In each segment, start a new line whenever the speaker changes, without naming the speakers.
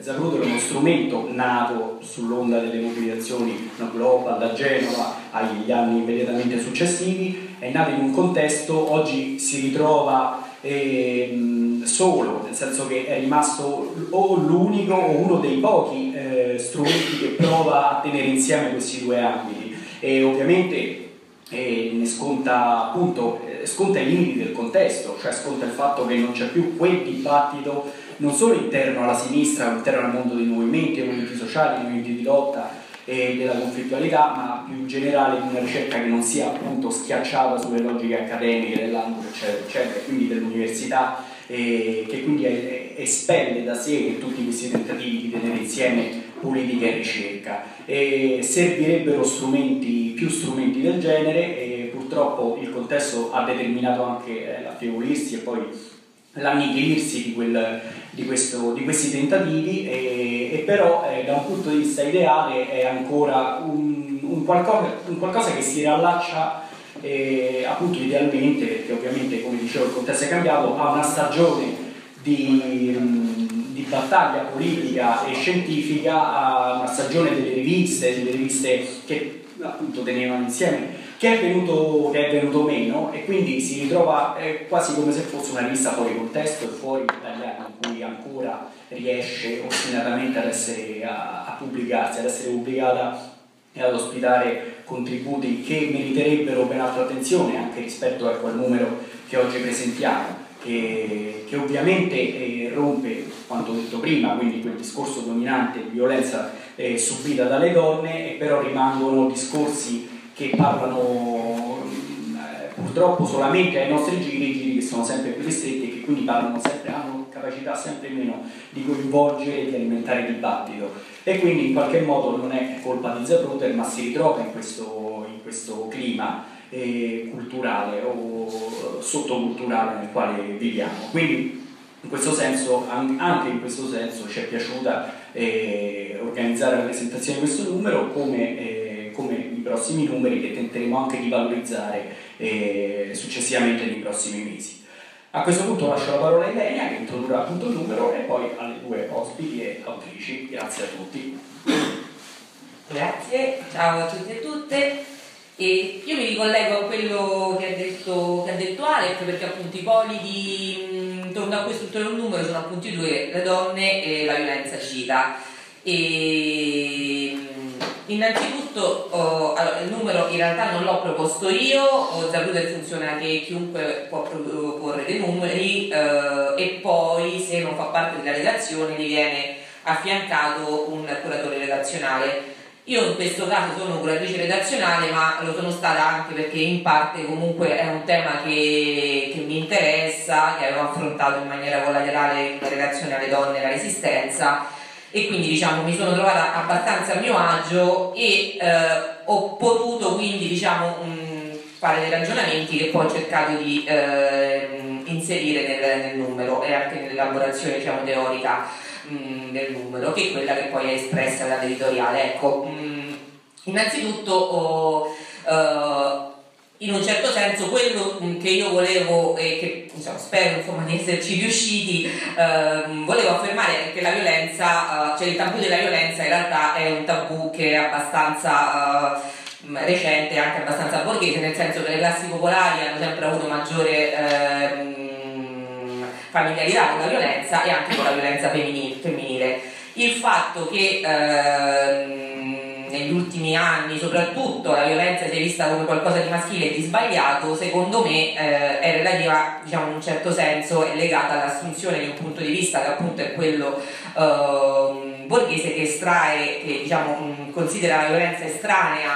Zapruder è uno strumento nato sull'onda delle mobilitazioni global da Genova agli anni immediatamente successivi, è nato in un contesto, oggi si ritrova solo, nel senso che è rimasto o l'unico o uno dei pochi strumenti che prova a tenere insieme questi due ambiti, e ovviamente ne sconta appunto sconta i limiti del contesto, cioè sconta il fatto che non c'è più quel dibattito non solo interno alla sinistra, interno al mondo dei movimenti sociali, dei movimenti di lotta e della conflittualità, ma più in generale di una ricerca che non sia appunto schiacciata sulle logiche accademiche dell'angolo, eccetera, eccetera, e quindi dell'università, che quindi espelle da sé tutti questi tentativi di tenere insieme politica e ricerca. Servirebbero più strumenti del genere, e purtroppo il contesto ha determinato anche l'affievolirsi e poi l'annichilirsi di questi tentativi, e però da un punto di vista ideale è ancora un qualcosa che si riallaccia appunto idealmente, perché ovviamente, come dicevo, il contesto è cambiato, a una stagione di battaglia politica e scientifica, a una stagione delle riviste che appunto tenevano insieme, che è venuto meno, e quindi si ritrova quasi come se fosse una rivista fuori contesto e fuori italiano, in cui ancora riesce ostinatamente a pubblicarsi, ad essere pubblicata e ad ospitare contributi che meriterebbero ben altra attenzione anche rispetto al numero che oggi presentiamo, che ovviamente rompe quanto detto prima, quindi quel discorso dominante di violenza subita dalle donne, e però rimangono discorsi che parlano purtroppo solamente ai nostri giri che sono sempre più ristretti, e che quindi hanno capacità sempre meno di coinvolgere e di alimentare dibattito, e quindi in qualche modo non è colpa di Zapruder, ma si ritrova in questo clima culturale o sottoculturale nel quale viviamo. Quindi in questo senso, anche in questo senso, ci è piaciuta organizzare la presentazione di questo numero, come i prossimi numeri che tenteremo anche di valorizzare successivamente nei prossimi mesi. A questo punto lascio la parola a Ilenia, che introdurrà appunto il numero, e poi alle due ospiti e autrici. Grazie a tutti.
Grazie, ciao a tutti e a tutte. E io mi ricollego a quello che ha detto Alex, perché appunto i poli intorno a questo numero sono appunto i due, le donne e la violenza civile. E innanzitutto allora, il numero in realtà non l'ho proposto io, Zapruder funziona che chiunque può proporre dei numeri, e poi se non fa parte della redazione gli viene affiancato un curatore redazionale. Io in questo caso sono curatrice redazionale, ma lo sono stata anche perché in parte comunque è un tema che mi interessa, che avevo affrontato in maniera collaterale in relazione alle donne e alla resistenza, e quindi diciamo mi sono trovata abbastanza a mio agio e ho potuto quindi diciamo fare dei ragionamenti che poi ho cercato di inserire nel numero, e anche nell'elaborazione diciamo teorica del numero, che è quella che poi è espressa dall'editoriale. Ecco, innanzitutto in un certo senso quello che io volevo e che diciamo, spero insomma di esserci riusciti, volevo affermare che la violenza, cioè il tabù della violenza in realtà è un tabù che è abbastanza recente, anche abbastanza borghese, nel senso che le classi popolari hanno sempre avuto maggiore familiarità con la violenza, e anche con la violenza femminile. Il fatto che negli ultimi anni soprattutto la violenza sia vista come qualcosa di maschile e di sbagliato, secondo me è relativa, diciamo in un certo senso, è legata all'assunzione di un punto di vista che appunto è quello borghese, che estrae, che diciamo considera la violenza estranea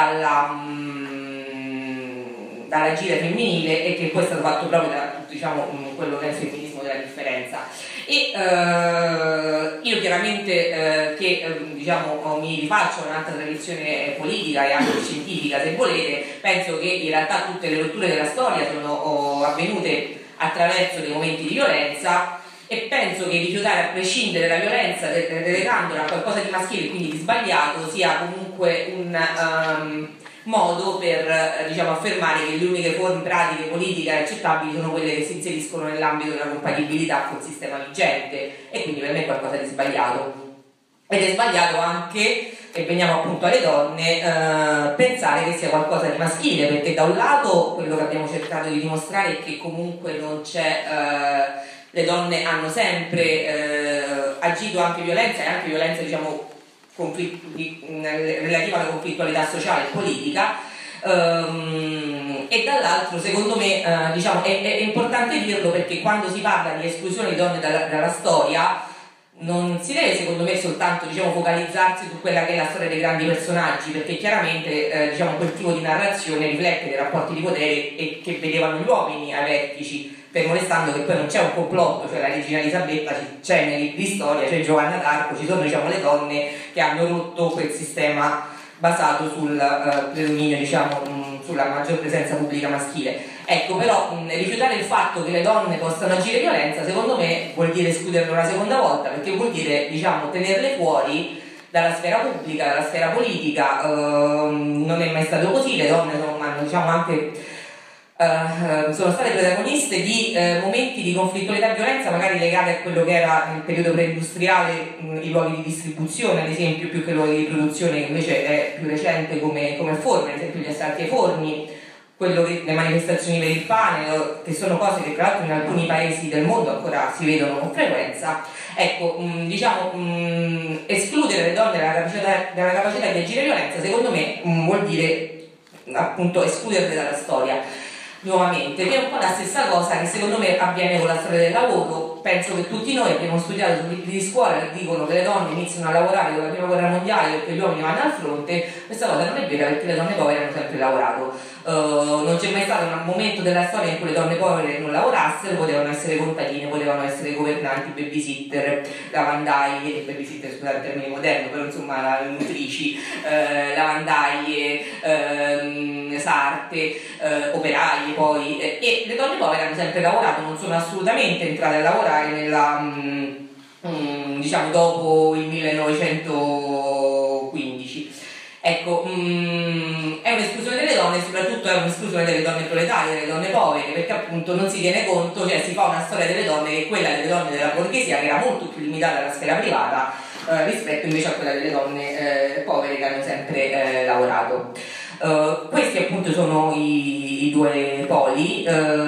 dall'agire femminile, e che poi è stato fatto proprio da diciamo quello che è il femminismo della differenza. E io chiaramente diciamo mi rifaccio a un'altra tradizione politica e anche scientifica, se volete. Penso che in realtà tutte le rotture della storia sono avvenute attraverso dei momenti di violenza, e penso che rifiutare a prescindere la violenza relegandola a qualcosa di maschile e quindi di sbagliato sia comunque un modo per diciamo, affermare che le uniche forme pratiche politiche accettabili sono quelle che si inseriscono nell'ambito della compatibilità col sistema vigente, e quindi per me è qualcosa di sbagliato. Ed è sbagliato anche, e veniamo appunto alle donne, pensare che sia qualcosa di maschile, perché da un lato quello che abbiamo cercato di dimostrare è che comunque non c'è, le donne hanno sempre agito anche violenza, e anche violenza diciamo relativa alla conflittualità sociale e politica, e dall'altro secondo me diciamo, è importante dirlo, perché quando si parla di esclusione di donne dalla storia non si deve secondo me soltanto diciamo, focalizzarsi su quella che è la storia dei grandi personaggi, perché chiaramente diciamo, quel tipo di narrazione riflette dei rapporti di potere e che vedevano gli uomini ai vertici, fermo restando che poi non c'è un complotto, cioè la regina Elisabetta c'è nei libri di storia, c'è Giovanna d'Arco, ci sono diciamo, le donne che hanno rotto quel sistema basato sul predominio, diciamo, sulla maggior presenza pubblica maschile. Ecco, però rifiutare il fatto che le donne possano agire violenza, secondo me, vuol dire escluderle una seconda volta, perché vuol dire, diciamo, tenerle fuori dalla sfera pubblica, dalla sfera politica. Non è mai stato così, le donne hanno, diciamo, anche sono state protagoniste di momenti di conflittualità e violenza magari legati a quello che era nel periodo preindustriale i luoghi di distribuzione, ad esempio, più che luoghi di produzione, che invece è più recente come forma, ad esempio gli assalti ai forni, le manifestazioni per il pane, che sono cose che tra l'altro in alcuni paesi del mondo ancora si vedono con frequenza. Ecco, diciamo, escludere le donne dalla capacità di agire violenza, secondo me vuol dire appunto escluderle dalla storia. Nuovamente, che è un po' la stessa cosa che secondo me avviene con la storia del lavoro. Penso che tutti noi abbiamo studiato sui libri di scuola che dicono che le donne iniziano a lavorare con la prima guerra mondiale perché gli uomini vanno al fronte. Questa cosa non è vera, perché le donne povere hanno sempre lavorato. Non c'è mai stato un momento della storia in cui le donne povere non lavorassero, potevano essere contadine, potevano essere governanti, babysitter, lavandaie, babysitter scusate il termine moderno, però insomma nutrici, lavandaie, sarte, operaie poi, e le donne povere hanno sempre lavorato, non sono assolutamente entrate a lavorare nella, diciamo dopo il 1915. Ecco, è un'esclusione delle donne, e soprattutto è un'esclusione delle donne proletarie, delle donne povere, perché appunto non si tiene conto, cioè si fa una storia delle donne che è quella delle donne della borghesia, che era molto più limitata alla sfera privata, rispetto invece a quella delle donne povere che hanno sempre lavorato. Questi appunto sono i due poli.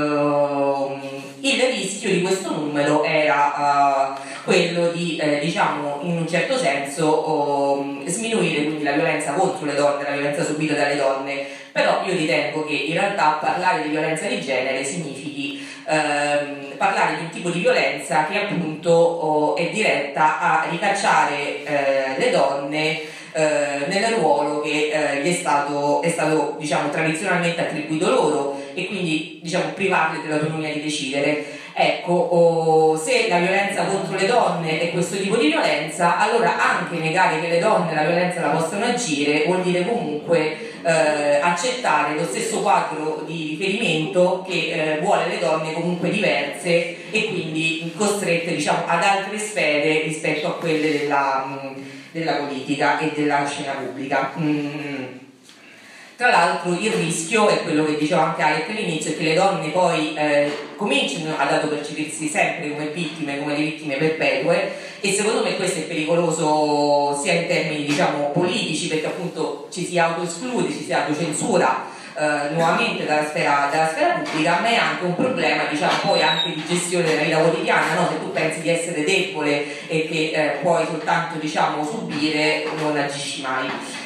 Il rischio di questo numero era quello di, diciamo, in un certo senso sminuire quindi la violenza contro le donne, la violenza subita dalle donne, però io ritengo che in realtà parlare di violenza di genere significhi parlare di un tipo di violenza che appunto è diretta a ricacciare le donne nel ruolo che gli è stato diciamo, tradizionalmente attribuito loro, e quindi diciamo, privarle dell'autonomia di decidere. Ecco, se la violenza contro le donne è questo tipo di violenza, allora anche negare che le donne la violenza la possano agire vuol dire comunque accettare lo stesso quadro di riferimento che vuole le donne comunque diverse e quindi costrette, diciamo, ad altre sfere rispetto a quelle della politica e della scena pubblica. Tra l'altro il rischio è quello che diceva anche Alec all'inizio, è che le donne poi comincino ad autopercepirsi sempre come vittime, come le vittime perpetue, e secondo me questo è pericoloso sia in termini, diciamo, politici, perché appunto ci si autoesclude, ci si autocensura nuovamente dalla sfera pubblica, ma è anche un problema, diciamo, poi anche di gestione della vita quotidiana, no? Se tu pensi di essere debole e che puoi soltanto, diciamo, subire, non agisci mai.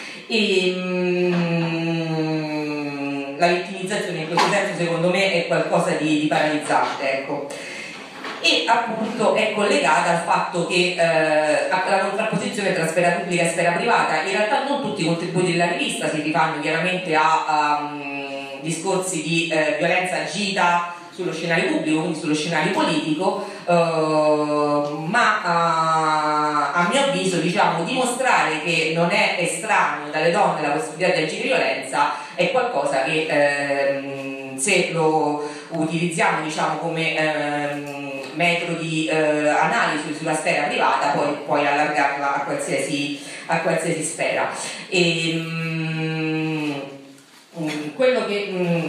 La vittimizzazione in questo senso secondo me è qualcosa di paralizzante, ecco. E appunto è collegata al fatto che alla contrapposizione tra sfera pubblica e sfera privata, in realtà non tutti i contributi della rivista si rifanno chiaramente a discorsi di violenza agita sullo scenario pubblico, quindi sullo scenario politico, ma a mio avviso, diciamo, dimostrare che non è estraneo dalle donne la possibilità di agire violenza è qualcosa che se lo utilizziamo, diciamo, come metodo di analisi sulla sfera privata, poi puoi allargarla a qualsiasi sfera. quello che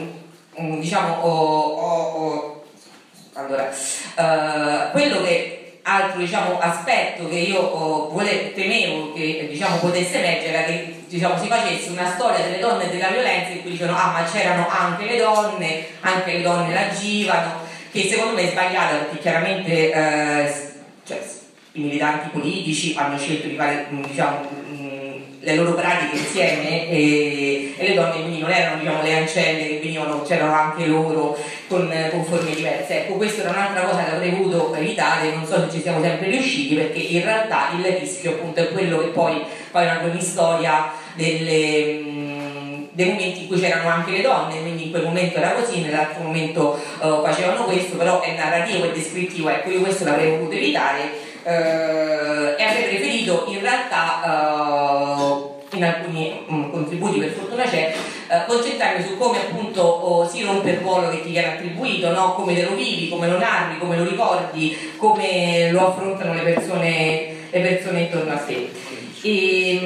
diciamo allora, quello che altro diciamo aspetto che io temevo che diciamo potesse emergere era che diciamo si facesse una storia delle donne e della violenza in cui dicono ma c'erano anche le donne l'agivano, che secondo me è sbagliata, perché chiaramente cioè, i militanti politici hanno scelto di fare diciamo le loro pratiche insieme e le donne quindi non erano diciamo le ancelle che venivano, c'erano anche loro con forme diverse. Ecco, questa era un'altra cosa che avrei voluto evitare, non so se ci siamo sempre riusciti, perché in realtà il rischio appunto è quello che poi una cronistoria dei momenti in cui c'erano anche le donne, quindi in quel momento era così, nell'altro momento facevano questo, però è narrativo e descrittivo. Ecco, io questo l'avrei voluto evitare e avrei preferito in realtà in alcuni contributi, per fortuna c'è, concentrarmi su come appunto si rompe il ruolo che ti viene attribuito, no? Come te lo vivi, come lo narri, come lo ricordi, come lo affrontano le persone intorno a te. E,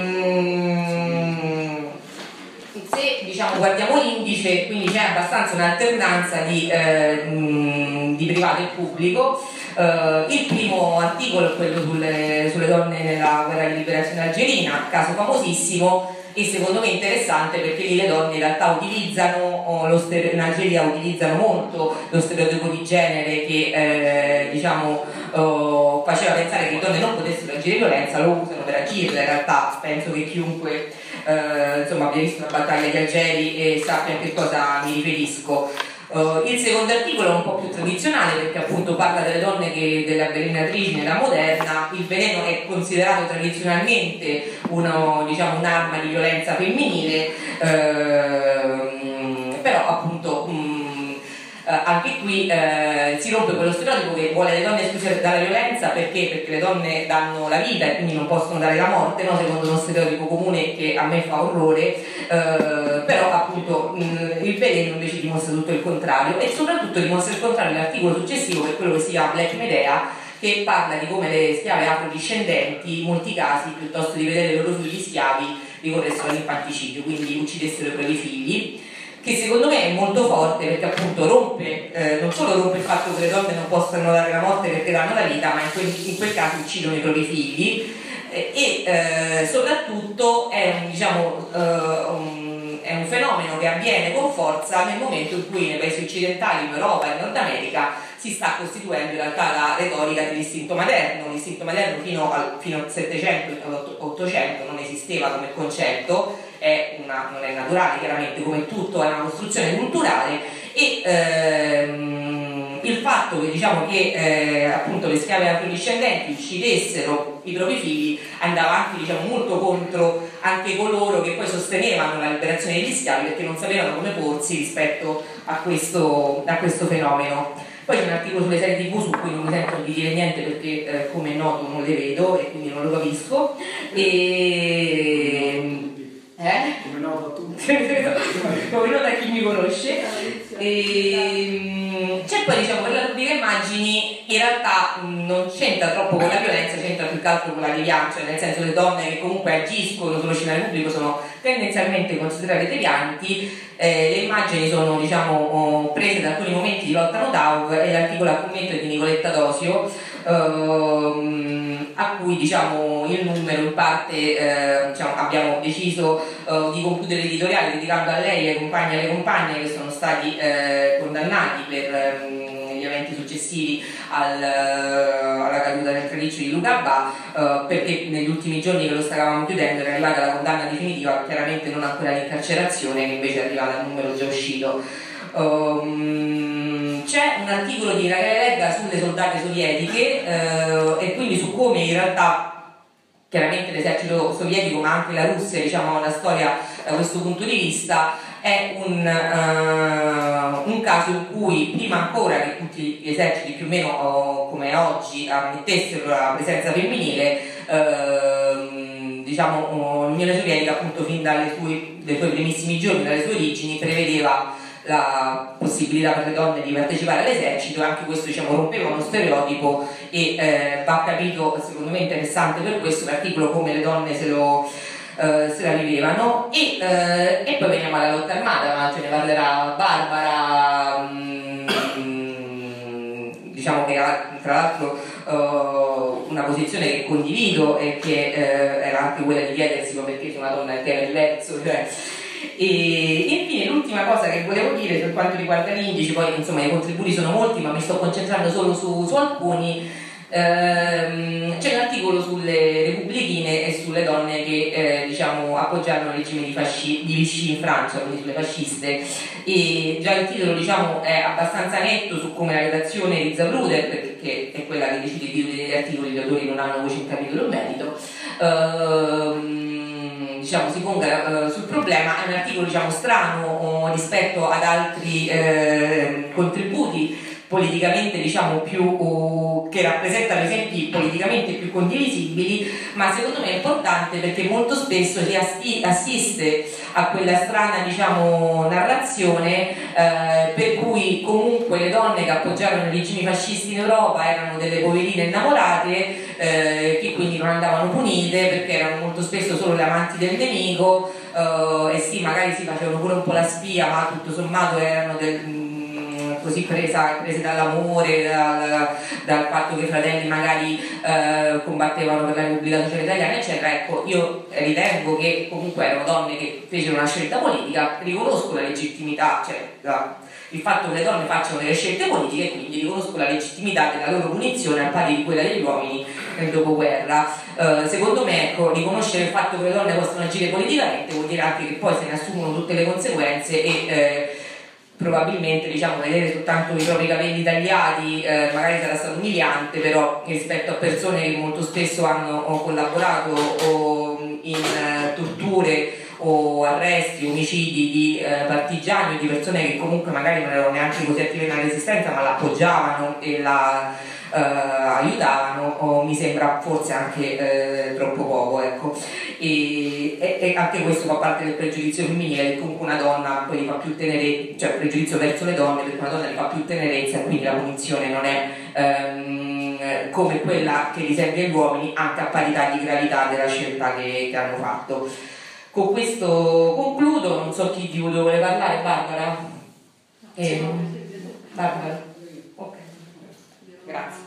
se diciamo guardiamo l'indice, quindi c'è abbastanza un'alternanza di privato e pubblico. Il primo articolo è quello sulle donne nella guerra di liberazione algerina, caso famosissimo e secondo me interessante, perché lì le donne in realtà utilizzano in Algeria utilizzano molto lo stereotipo di genere che diciamo faceva pensare che le donne non potessero agire violenza, lo usano per agirla. In realtà penso che chiunque insomma abbia visto una battaglia di Algeri e sappia a che cosa mi riferisco. Il secondo articolo è un po' più tradizionale, perché appunto parla delle donne delle avvelenatrici nella moderna. Il veleno è considerato tradizionalmente un'arma di violenza femminile, però appunto anche qui si rompe quello stereotipo che vuole le donne escluse dalla violenza perché le donne danno la vita e quindi non possono dare la morte, no? Secondo uno stereotipo comune che a me fa orrore, però appunto il veleno invece dimostra tutto il contrario, e soprattutto dimostra il contrario l'articolo successivo, che è quello che si chiama Black Medea, che parla di come le schiave afrodiscendenti in molti casi, piuttosto di vedere i loro figli schiavi, ricorressero all'infanticidio, quindi uccidessero i propri figli, che secondo me è molto forte, perché appunto non solo rompe il fatto che le donne non possano dare la morte perché danno la vita, ma in quel caso uccidono i propri figli, e soprattutto è un fenomeno che avviene con forza nel momento in cui nei paesi occidentali, in Europa e in Nord America, si sta costituendo in realtà la retorica dell'istinto materno. L'istinto materno fino al 700 e all'800 non esisteva come concetto, non è naturale, chiaramente, come tutto è una costruzione culturale, e il fatto che appunto le schiave afrodiscendenti uccidessero i propri figli andava anche molto contro anche coloro che poi sostenevano la liberazione degli schiavi, perché non sapevano come porsi rispetto a questo fenomeno. Poi c'è un articolo sulle serie TV su cui non mi sento di dire niente, perché come è noto non le vedo e quindi non lo capisco.
Come noto a tutti.
Come noto a chi mi conosce. C'è poi per la rubrica immagini, in realtà non c'entra troppo con la violenza, c'entra più che altro con la devianza, nel senso che le donne che comunque agiscono sullo scenario pubblico sono tendenzialmente considerate devianti. Le immagini sono prese da alcuni momenti di Lotta Notav e l'articolo a commento è di Nicoletta Dosio, a cui il numero in parte abbiamo deciso di concludere l'editoriale dedicando a lei, ai compagni e alle compagne che sono stati condannati per gli eventi successivi alla caduta del traliccio di Luca Abba, perché negli ultimi giorni che lo stavamo chiudendo era arrivata la condanna definitiva, chiaramente non ancora l'incarcerazione, che invece è arrivata al numero già uscito. C'è un articolo di Rachele Legga sulle soldate sovietiche e quindi su come in realtà chiaramente l'esercito sovietico, ma anche la Russia, la storia da questo punto di vista è un caso in cui prima ancora che tutti gli eserciti più o meno come oggi ammettessero la presenza femminile, l'Unione Sovietica appunto fin dai suoi primissimi giorni, dalle sue origini, prevedeva la possibilità per le donne di partecipare all'esercito, e anche questo rompeva uno stereotipo e va capito, secondo me interessante per questo l'articolo, come le donne se lo se la vivevano. E poi veniamo alla lotta armata, ma ce ne parlerà Barbara, diciamo che ha tra l'altro una posizione che condivido e che era anche quella di chiedersi come perché sono una donna che era il lezzo, cioè. E infine l'ultima cosa che volevo dire per quanto riguarda gli indici, poi insomma i contributi sono molti ma mi sto concentrando solo su alcuni. C'è un articolo sulle repubblichine e sulle donne che diciamo appoggiarono il regime di Vichy in Francia, quindi sulle fasciste, e già il titolo diciamo è abbastanza netto su come la redazione di Zapruder, perché è quella che decide i titoli degli articoli, gli autori non hanno voce in capitolo in merito, diciamo si ponga sul problema. È un articolo diciamo strano rispetto ad altri contributi politicamente diciamo più che rappresentano esempi politicamente più condivisibili, ma secondo me è importante perché molto spesso si assiste a quella strana diciamo narrazione per cui comunque le donne che appoggiarono i regimi fascisti in Europa erano delle poverine innamorate che quindi non andavano punite perché erano molto spesso solo le amanti del nemico, e sì magari si facevano pure un po' la spia, ma tutto sommato erano così prese dall'amore, dal fatto che i fratelli magari combattevano per la Repubblica Sociale Italiana, eccetera. Ecco, io ritengo che comunque erano donne che fecero una scelta politica, riconosco la legittimità, cioè il fatto che le donne facciano delle scelte politiche, e quindi riconosco la legittimità della loro punizione al pari di quella degli uomini nel dopoguerra. Secondo me, ecco, riconoscere il fatto che le donne possono agire politicamente vuol dire anche che poi se ne assumono tutte le conseguenze e probabilmente diciamo vedere soltanto i propri capelli tagliati magari sarà stato umiliante, però rispetto a persone che molto spesso hanno collaborato o in torture o arresti, omicidi di partigiani o di persone che comunque magari non erano neanche così attive nella resistenza ma l'appoggiavano e la aiutavano, mi sembra forse anche troppo poco, ecco. E anche questo fa parte del pregiudizio femminile, che comunque una donna poi fa più tenerezza, cioè pregiudizio verso le donne, perché una donna gli fa più tenerezza e quindi la punizione non è come quella che riserva agli uomini, anche a parità di gravità della scelta che hanno fatto. Con questo concludo, non so chi di voi vuole parlare, Barbara? Barbara? Ok, grazie.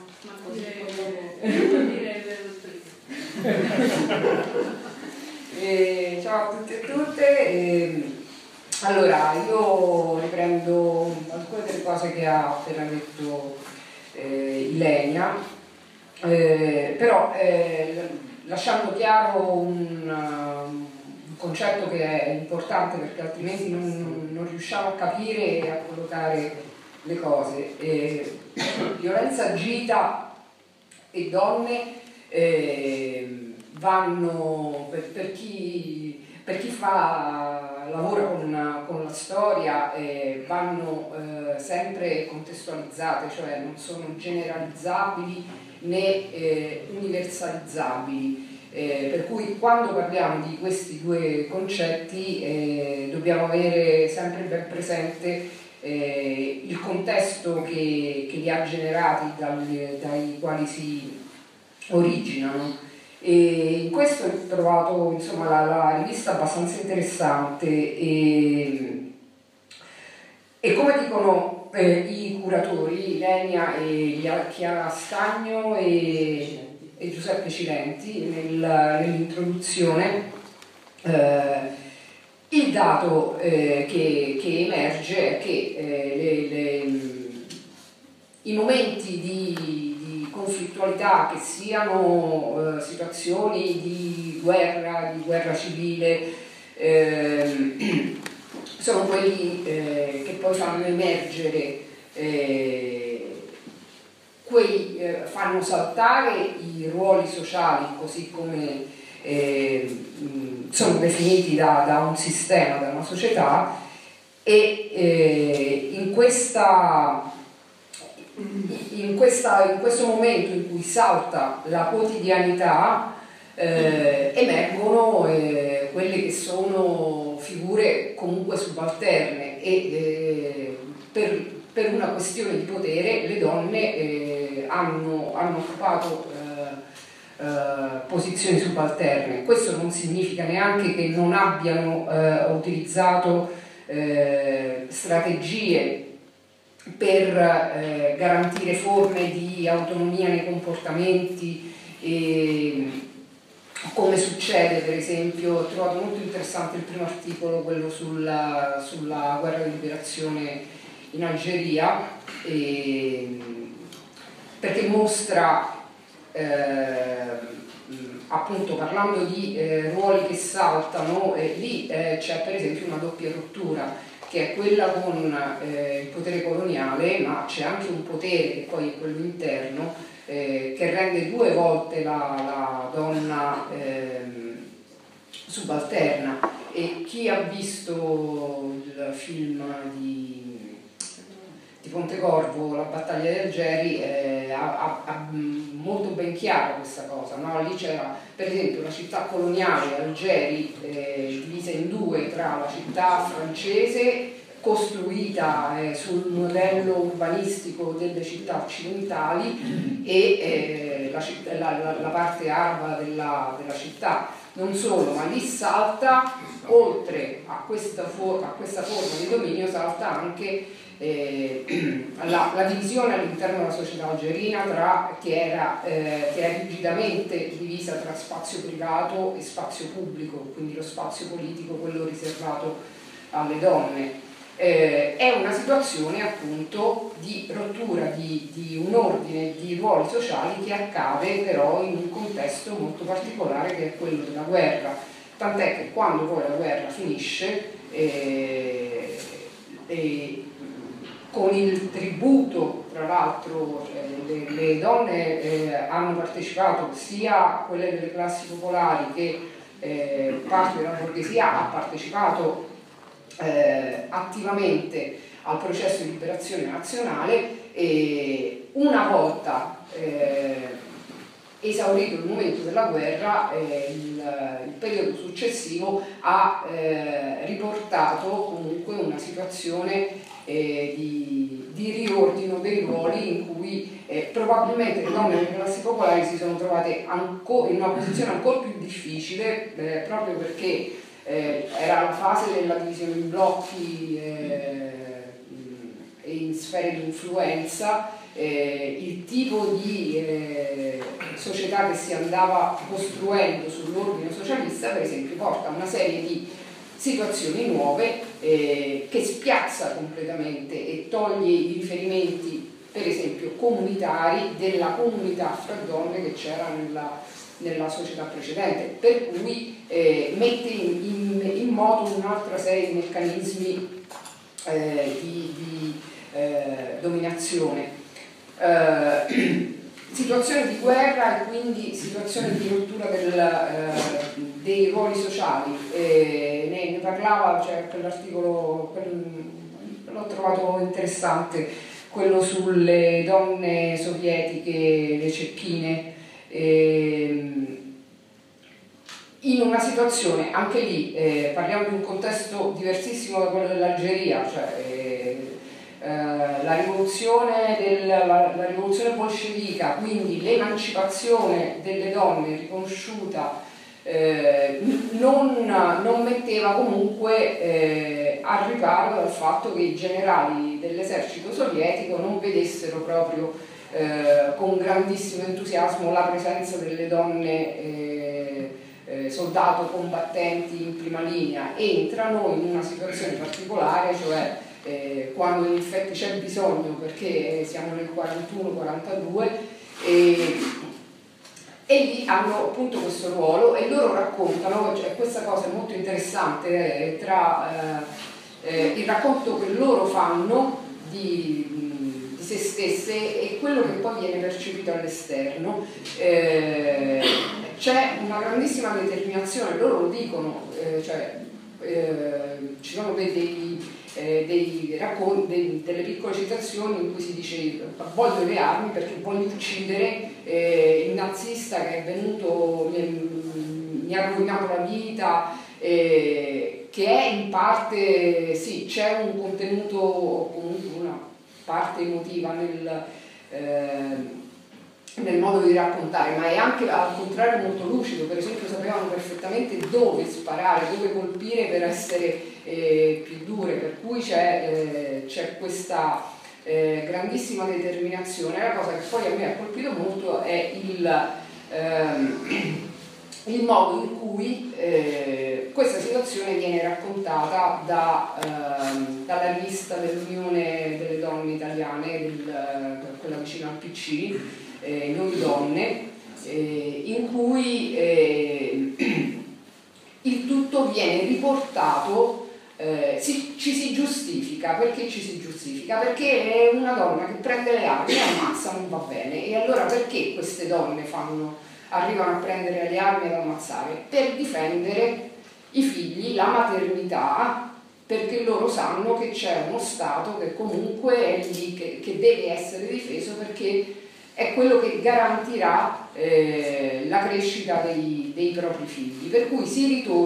Ciao a tutti e tutte. Allora, io riprendo alcune delle cose che ha appena detto Ilenia, però lasciando chiaro un concetto che è importante perché altrimenti non riusciamo a capire e a collocare le cose. Violenza agita e donne vanno per chi lavora con la storia, vanno sempre contestualizzate, cioè non sono generalizzabili né universalizzabili. Per cui quando parliamo di questi due concetti dobbiamo avere sempre ben presente il contesto che li ha generati, dai quali si originano. E in questo ho trovato insomma la rivista abbastanza interessante e come dicono i curatori Ilenia e Chiara Stagno e Giuseppe Cilenti nell'introduzione, il dato che emerge è che i momenti di conflittualità, che siano situazioni di guerra civile, sono quelli che poi fanno emergere fanno saltare i ruoli sociali così come sono definiti da un sistema, da una società, e in questo momento in cui salta la quotidianità emergono quelle che sono figure comunque subalterne e per una questione di potere le donne hanno occupato posizioni subalterne. Questo non significa neanche che non abbiano utilizzato strategie per garantire forme di autonomia nei comportamenti, come succede per esempio. Ho trovato molto interessante il primo articolo, quello sulla guerra di liberazione in Algeria, perché mostra appunto, parlando di ruoli che saltano, lì c'è per esempio una doppia rottura, che è quella con il potere coloniale, ma c'è anche un potere che poi è quello interno, che rende 2 volte la donna subalterna. E chi ha visto il film di Pontecorvo, La battaglia di Algeri, ha molto ben chiara questa cosa, no? Lì c'era per esempio la città coloniale Algeri, divisa in 2 tra la città francese, costruita sul modello urbanistico delle città occidentali, e la parte araba della città. Non solo, ma lì salta, oltre a questa forma di dominio, salta anche la divisione all'interno della società algerina, che è rigidamente divisa tra spazio privato e spazio pubblico, quindi lo spazio politico, quello riservato alle donne. È una situazione appunto di rottura di un ordine di ruoli sociali che accade però in un contesto molto particolare, che è quello della guerra, tant'è che quando poi la guerra finisce, con il tributo, tra l'altro, le donne hanno partecipato, sia quelle delle classi popolari che parte della borghesia ha partecipato attivamente al processo di liberazione nazionale, e una volta esaurito il momento della guerra, il periodo successivo ha riportato comunque una situazione di riordino dei ruoli, in cui probabilmente le donne delle classi popolari si sono trovate in una posizione ancora più difficile, proprio perché era la fase della divisione in blocchi e in sfere di influenza. Il tipo di società che si andava costruendo sull'ordine socialista, per esempio, porta a una serie di situazioni nuove, che spiazza completamente e toglie i riferimenti, per esempio, comunitari della comunità fra donne che c'era nella società precedente, per cui mette in moto un'altra serie di meccanismi di dominazione. Situazione di guerra e quindi situazione di rottura dei ruoli sociali. Ne parlava, cioè, quell'articolo l'ho trovato interessante, quello sulle donne sovietiche, le cecchine, in una situazione, anche lì parliamo di un contesto diversissimo da quello dell'Algeria, cioè la rivoluzione bolscevica, quindi l'emancipazione delle donne riconosciuta, non metteva comunque al riparo dal fatto che i generali dell'esercito sovietico non vedessero proprio con grandissimo entusiasmo la presenza delle donne soldato combattenti in prima linea. Entrano in una situazione particolare, cioè quando in effetti c'è bisogno, perché siamo nel 41-42, e lì hanno appunto questo ruolo, e loro raccontano, cioè, questa cosa è molto interessante, tra il racconto che loro fanno di se stesse e quello che poi viene percepito all'esterno. C'è una grandissima determinazione, loro lo dicono, ci sono dei racconti, delle piccole citazioni in cui si dice: voglio le armi perché voglio uccidere il nazista che è venuto, mi ha rovinato la vita, che è in parte, sì, c'è un contenuto, comunque una parte emotiva nel modo di raccontare, ma è anche al contrario molto lucido. Per esempio sapevano perfettamente dove sparare, dove colpire per essere più dure, per cui c'è questa grandissima determinazione. La cosa che poi a me ha colpito molto è il modo in cui questa situazione viene raccontata dalla rivista dell'Unione delle Donne Italiane, quella vicino al PC, Noi Donne, in cui il tutto viene riportato, ci si giustifica. Perché ci si giustifica? Perché una donna che prende le armi e ammazza non va bene, e allora perché queste donne arrivano a prendere le armi e ad ammazzare? Per difendere i figli, la maternità, perché loro sanno che c'è uno Stato che comunque è lì, che deve essere difeso, perché è quello che garantirà la crescita dei propri figli. Per cui si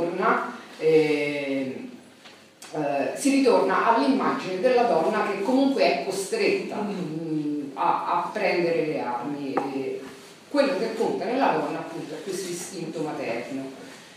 ritorna all'immagine della donna che comunque è costretta a prendere le armi. Quello che conta nella donna appunto è questo istinto materno.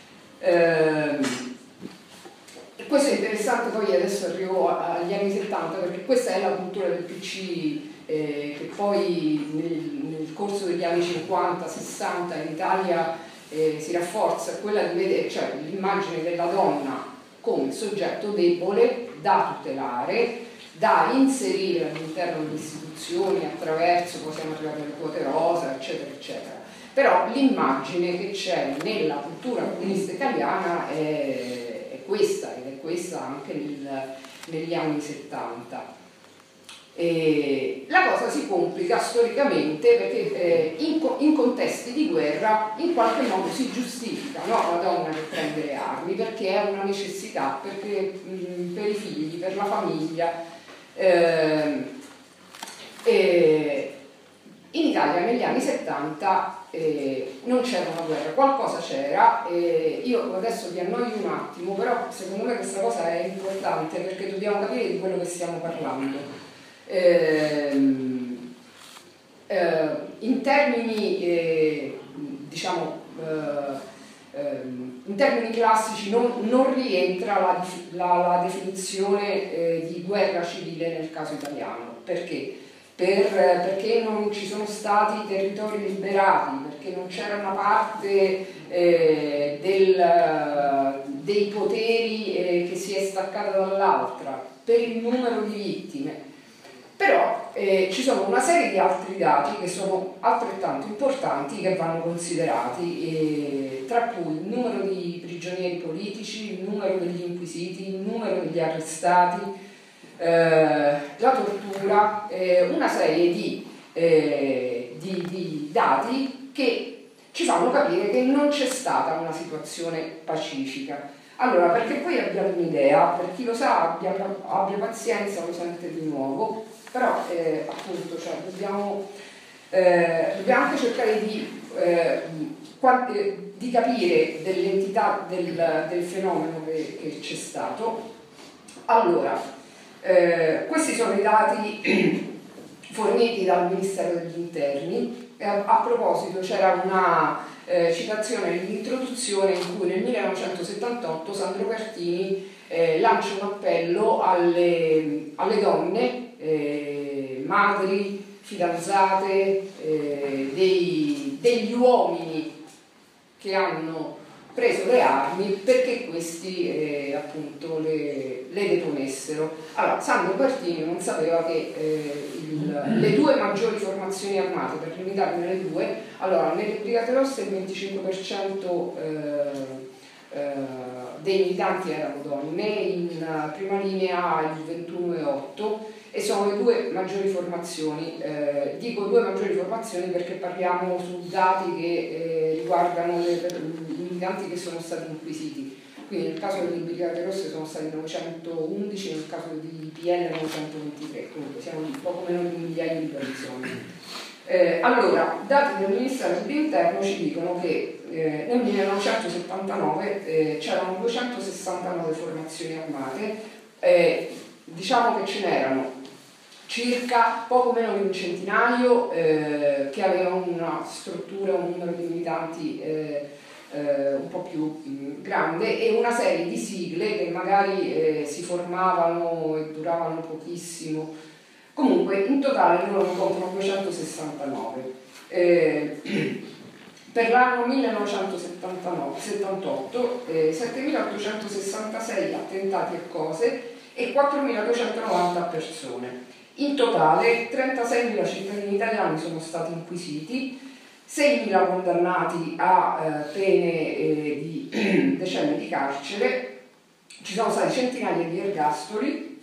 Questo è interessante. Poi adesso arrivo agli anni 70, perché questa è la cultura del PC che poi nel corso degli anni 50-60 in Italia si rafforza, quella di vedere, cioè l'immagine della donna come soggetto debole da tutelare, da inserire all'interno delle istituzioni attraverso, poi siamo arrivati alle quote rosa, eccetera, eccetera. Però l'immagine che c'è nella cultura comunista italiana è questa, ed è questa anche negli anni 70. La cosa si complica storicamente perché in contesti di guerra in qualche modo si giustifica, no, la donna che prende le armi, perché è una necessità, perché per i figli, per la famiglia. In Italia negli anni 70 non c'era una guerra, qualcosa c'era. Io adesso vi annoio un attimo, però secondo me questa cosa è importante perché dobbiamo capire di quello che stiamo parlando. In termini in termini classici non rientra la definizione di guerra civile nel caso italiano. Perché? Perché non ci sono stati territori liberati, perché non c'era una parte dei poteri che si è staccata dall'altra, per il numero di vittime. Però ci sono una serie di altri dati che sono altrettanto importanti, che vanno considerati, tra cui il numero di prigionieri politici, il numero degli inquisiti, il numero degli arrestati, la tortura, una serie di dati che ci fanno capire che non c'è stata una situazione pacifica. Allora, perché poi abbiamo un'idea, per chi lo sa abbia pazienza, lo sente di nuovo, però appunto cioè, dobbiamo anche cercare di capire dell'entità del fenomeno che c'è stato. Allora, questi sono i dati forniti dal Ministero degli Interni. A proposito, c'era una citazione nell'introduzione in cui nel 1978 Sandro Pertini lancia un appello alle donne, madri, fidanzate, degli uomini che hanno preso le armi, perché questi appunto le deponessero. Allora, Sandro Pertini non sapeva che le due maggiori formazioni armate, per limitarmi le due, allora nelle Brigate Rosse il 25% dei militanti erano donne, in prima linea il 21,8%, e sono le due maggiori formazioni. Dico due maggiori formazioni perché parliamo su dati che riguardano i militanti che sono stati inquisiti. Quindi nel caso delle Brigate Rosse sono stati 911, nel caso di PL 923, comunque siamo poco meno di un migliaio di persone. Allora, dati del Ministero dell'Interno ci dicono che nel 1979 c'erano 269 formazioni armate, diciamo che ce n'erano circa poco meno di un centinaio che aveva una struttura, un numero di militanti un po' più grande, e una serie di sigle che magari si formavano e duravano pochissimo. Comunque in totale loro ne contano 269. Per l'anno 1978 7.866 attentati e cose e 4.290 persone. In totale 36.000 cittadini italiani sono stati inquisiti, 6.000 condannati a pene di decenni di carcere, ci sono stati centinaia di ergastoli,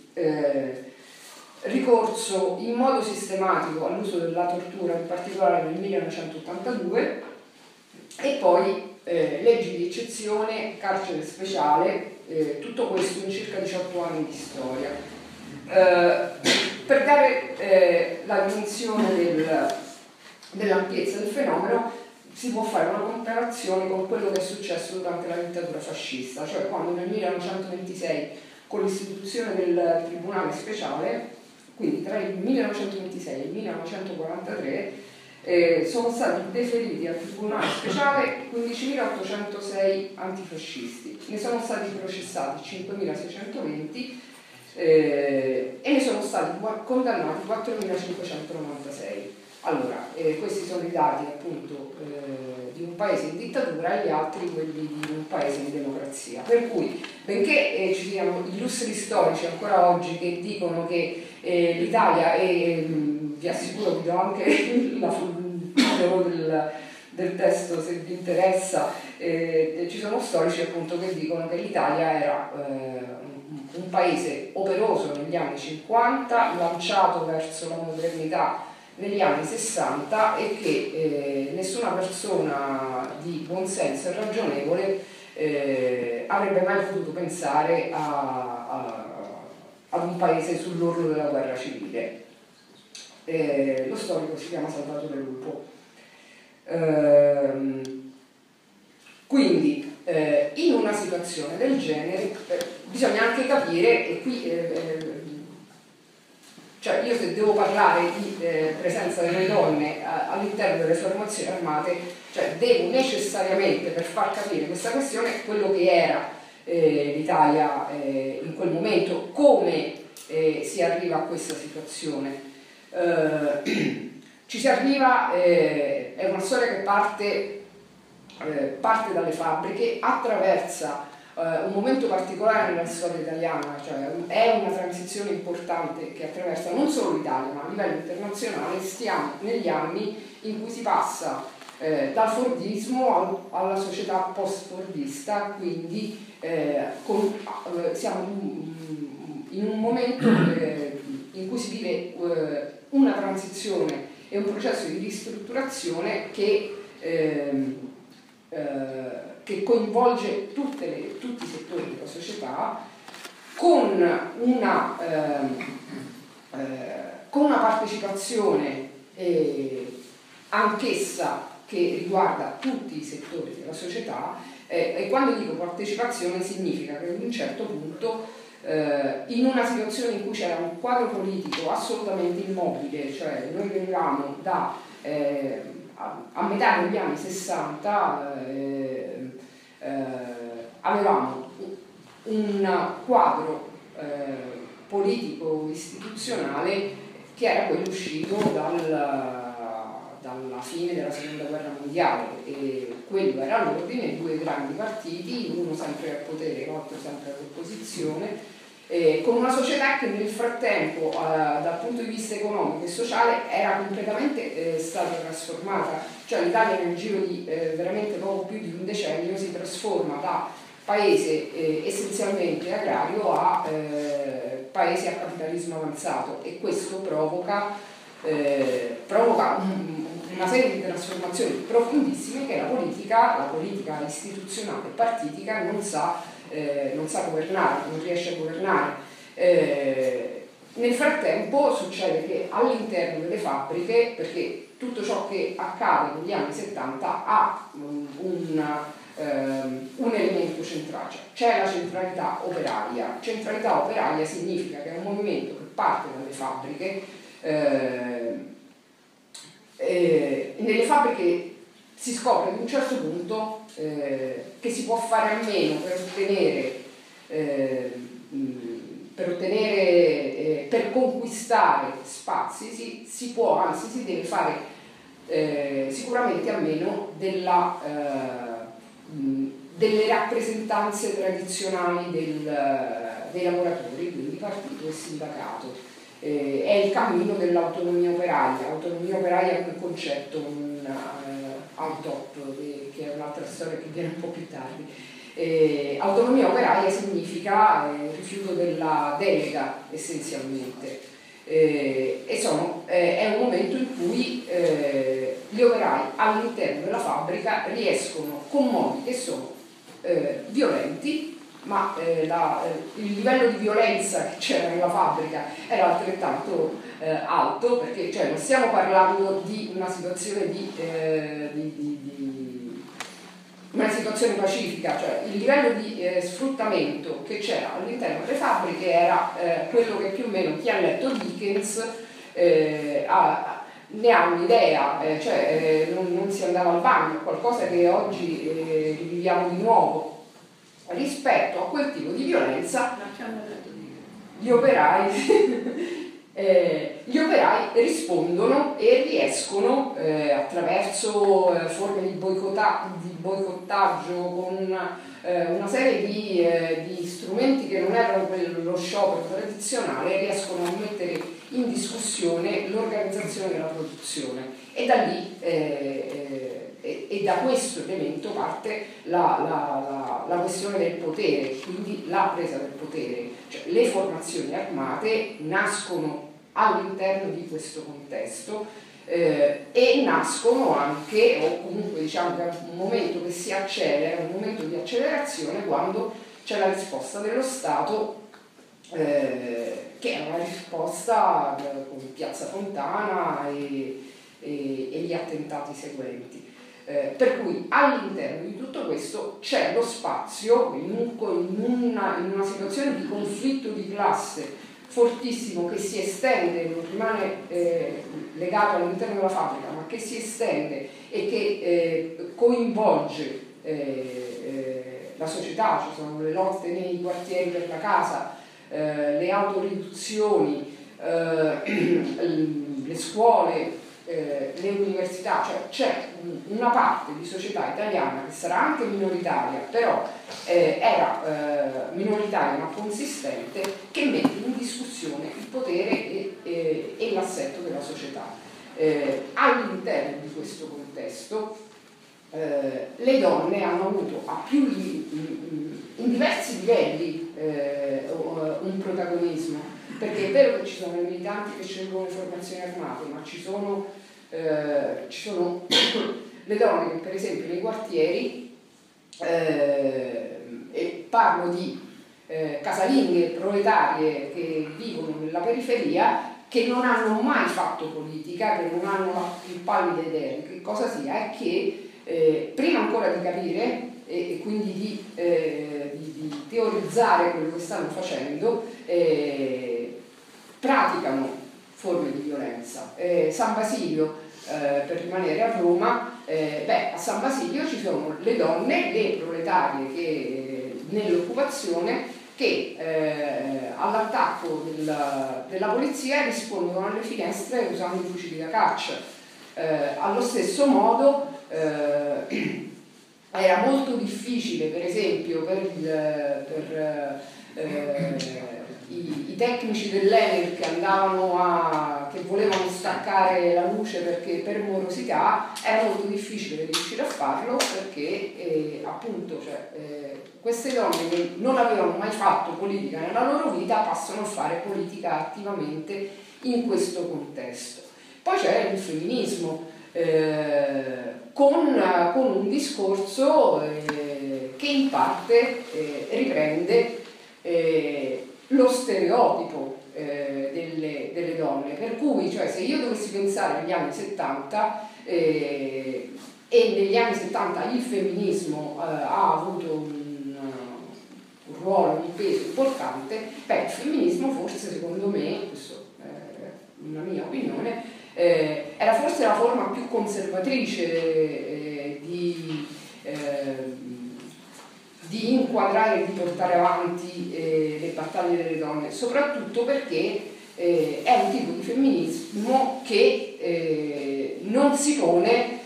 ricorso in modo sistematico all'uso della tortura, in particolare nel 1982, e poi leggi di eccezione, carcere speciale, tutto questo in circa 18 anni di storia. Per dare la dimensione dell'ampiezza del fenomeno si può fare una comparazione con quello che è successo durante la dittatura fascista, cioè quando nel 1926 con l'istituzione del Tribunale Speciale, quindi tra il 1926 e il 1943, sono stati deferiti al Tribunale Speciale 15.806 antifascisti, ne sono stati processati 5.620 e ne sono stati condannati 4.596. Allora, questi sono i dati appunto di un paese in dittatura e gli altri quelli di un paese in democrazia. Per cui, benché ci siano illustri storici ancora oggi che dicono che l'Italia, e vi assicuro vi do anche il titolo del testo se vi interessa, ci sono storici appunto che dicono che l'Italia era un paese operoso negli anni 50, lanciato verso la modernità negli anni 60 e che nessuna persona di buon senso e ragionevole avrebbe mai potuto pensare ad un paese sull'orlo della guerra civile. Lo storico si chiama Salvatore Lupo. Quindi in una situazione del genere bisogna anche capire, e qui cioè io se devo parlare di presenza delle donne all'interno delle formazioni armate, cioè devo necessariamente, per far capire questa questione, quello che era l'Italia in quel momento, come si arriva a questa situazione. Ci si arriva, è una storia che parte dalle fabbriche, attraversa un momento particolare nella storia italiana, cioè è una transizione importante che attraversa non solo l'Italia ma a livello internazionale. Stiamo negli anni in cui si passa dal fordismo alla società post-fordista, quindi siamo in un momento in cui si vive una transizione e un processo di ristrutturazione che coinvolge tutti i settori della società, con una partecipazione anch'essa che riguarda tutti i settori della società, e quando dico partecipazione significa che ad un certo punto, in una situazione in cui c'era un quadro politico assolutamente immobile, cioè noi venivamo a metà degli anni 60, avevamo un quadro politico istituzionale che era quello uscito dalla fine della seconda guerra mondiale, e quello era l'ordine: due grandi partiti, uno sempre al potere e l'altro sempre all'opposizione, con una società che nel frattempo dal punto di vista economico e sociale era completamente stata trasformata. Cioè l'Italia nel giro di veramente poco più di un decennio si trasforma da paese essenzialmente agrario a paese a capitalismo avanzato, e questo provoca una serie di trasformazioni profondissime che la politica istituzionale e partitica non sa governare, non riesce a governare. Nel frattempo succede che all'interno delle fabbriche, perché tutto ciò che accade negli anni 70 ha un elemento centrale, c'è la centralità operaia. Centralità operaia significa che è un movimento che parte dalle fabbriche. Nelle fabbriche si scopre ad un certo punto che si può fare a meno per conquistare spazi, si può, anzi si deve fare sicuramente a meno delle rappresentanze tradizionali dei lavoratori, quindi partito e sindacato. È il cammino dell'autonomia operaia. Autonomia operaia è un concetto out-top, che è un'altra storia che viene un po' più tardi. Autonomia operaia significa rifiuto della delega, essenzialmente. È un momento in cui gli operai all'interno della fabbrica riescono con modi che sono violenti, ma il livello di violenza che c'era nella fabbrica era altrettanto alto, perché cioè, non stiamo parlando di una situazione una situazione pacifica, cioè il livello di sfruttamento che c'era all'interno delle fabbriche era quello che più o meno chi ha letto Dickens ne ha un'idea, cioè non si andava al bagno, qualcosa che oggi riviviamo di nuovo. Rispetto a quel tipo di violenza gli operai rispondono e riescono attraverso forme di boicottaggio, con una serie di strumenti che non erano lo sciopero tradizionale, riescono a mettere in discussione l'organizzazione della produzione, e da lì e da questo elemento parte la questione del potere, quindi la presa del potere. Cioè, le formazioni armate nascono all'interno di questo contesto e nascono anche, o comunque diciamo che è un momento che si accelera, un momento di accelerazione quando c'è la risposta dello Stato, che è una risposta con Piazza Fontana e gli attentati seguenti. Per cui all'interno di tutto questo c'è lo spazio in una situazione di conflitto di classe fortissimo, che si estende, non rimane legato all'interno della fabbrica, ma che si estende e che coinvolge la società. Ci sono le lotte nei quartieri per la casa, le autoriduzioni, le scuole, le università, cioè c'è una parte di società italiana che sarà anche minoritaria, però era minoritaria ma consistente, che mette in discussione il potere e l'assetto della società. All'interno di questo contesto le donne hanno avuto in diversi livelli un protagonismo, perché è vero che ci sono i militanti che scelgono le formazioni armate, ma ci sono le donne che per esempio nei quartieri, e parlo di casalinghe proletarie che vivono nella periferia, che non hanno mai fatto politica, che non hanno la più pallida idea di che cosa sia, e che prima ancora di capire e quindi di teorizzare quello che stanno facendo, praticano forme di violenza. San Basilio, per rimanere a Roma, a San Basilio ci sono le donne, le proletarie che nell'occupazione, che all'attacco della polizia rispondono alle finestre usando i fucili da caccia. Allo stesso modo era molto difficile, per esempio, per i tecnici dell'Enel che volevano staccare la luce perché per morosità, era molto difficile riuscire a farlo, perché appunto queste donne che non avevano mai fatto politica nella loro vita passano a fare politica attivamente in questo contesto. Poi c'è il femminismo, con un discorso che in parte riprende lo stereotipo delle donne, per cui se io dovessi pensare agli anni 70 e negli anni 70 il femminismo ha avuto un ruolo, un peso importante, il femminismo forse, secondo me, questo una mia opinione, era forse la forma più conservatrice di inquadrare e di portare avanti le battaglie delle donne, soprattutto perché è un tipo di femminismo che non si pone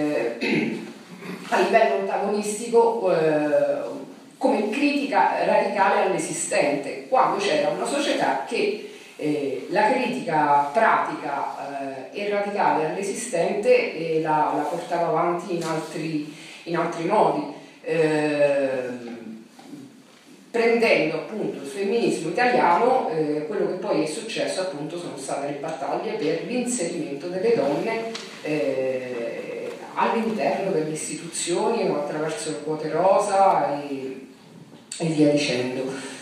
a livello antagonistico come critica radicale all'esistente, quando c'era una società che la critica pratica e radicale all'esistente la portava avanti in altri modi, prendendo appunto il femminismo italiano. Quello che poi è successo appunto sono state le battaglie per l'inserimento delle donne all'interno delle istituzioni attraverso le quote rosa e via dicendo.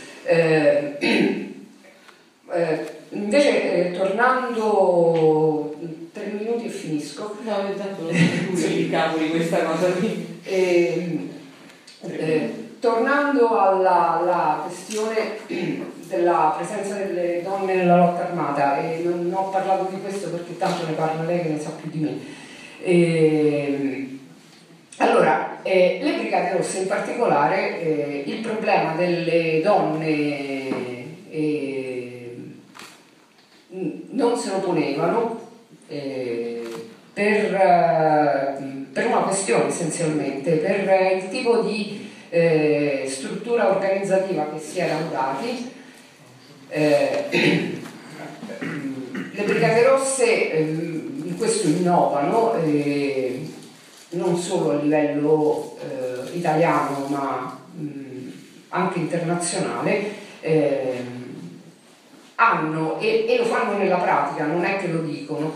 Invece tornando 3 minuti e finisco.
No, intanto non so il capo di questa cosa qui.
Tornando alla questione della presenza delle donne nella lotta armata, e non ho parlato di questo perché tanto ne parla lei che ne sa più di me. Allora, le Brigate Rosse in particolare, il problema delle donne non se lo ponevano per una questione essenzialmente, per il tipo di struttura organizzativa che si erano dati. Le Brigate Rosse in questo innovano, non solo a livello italiano ma anche internazionale, hanno, e lo fanno nella pratica, non è che lo dicono,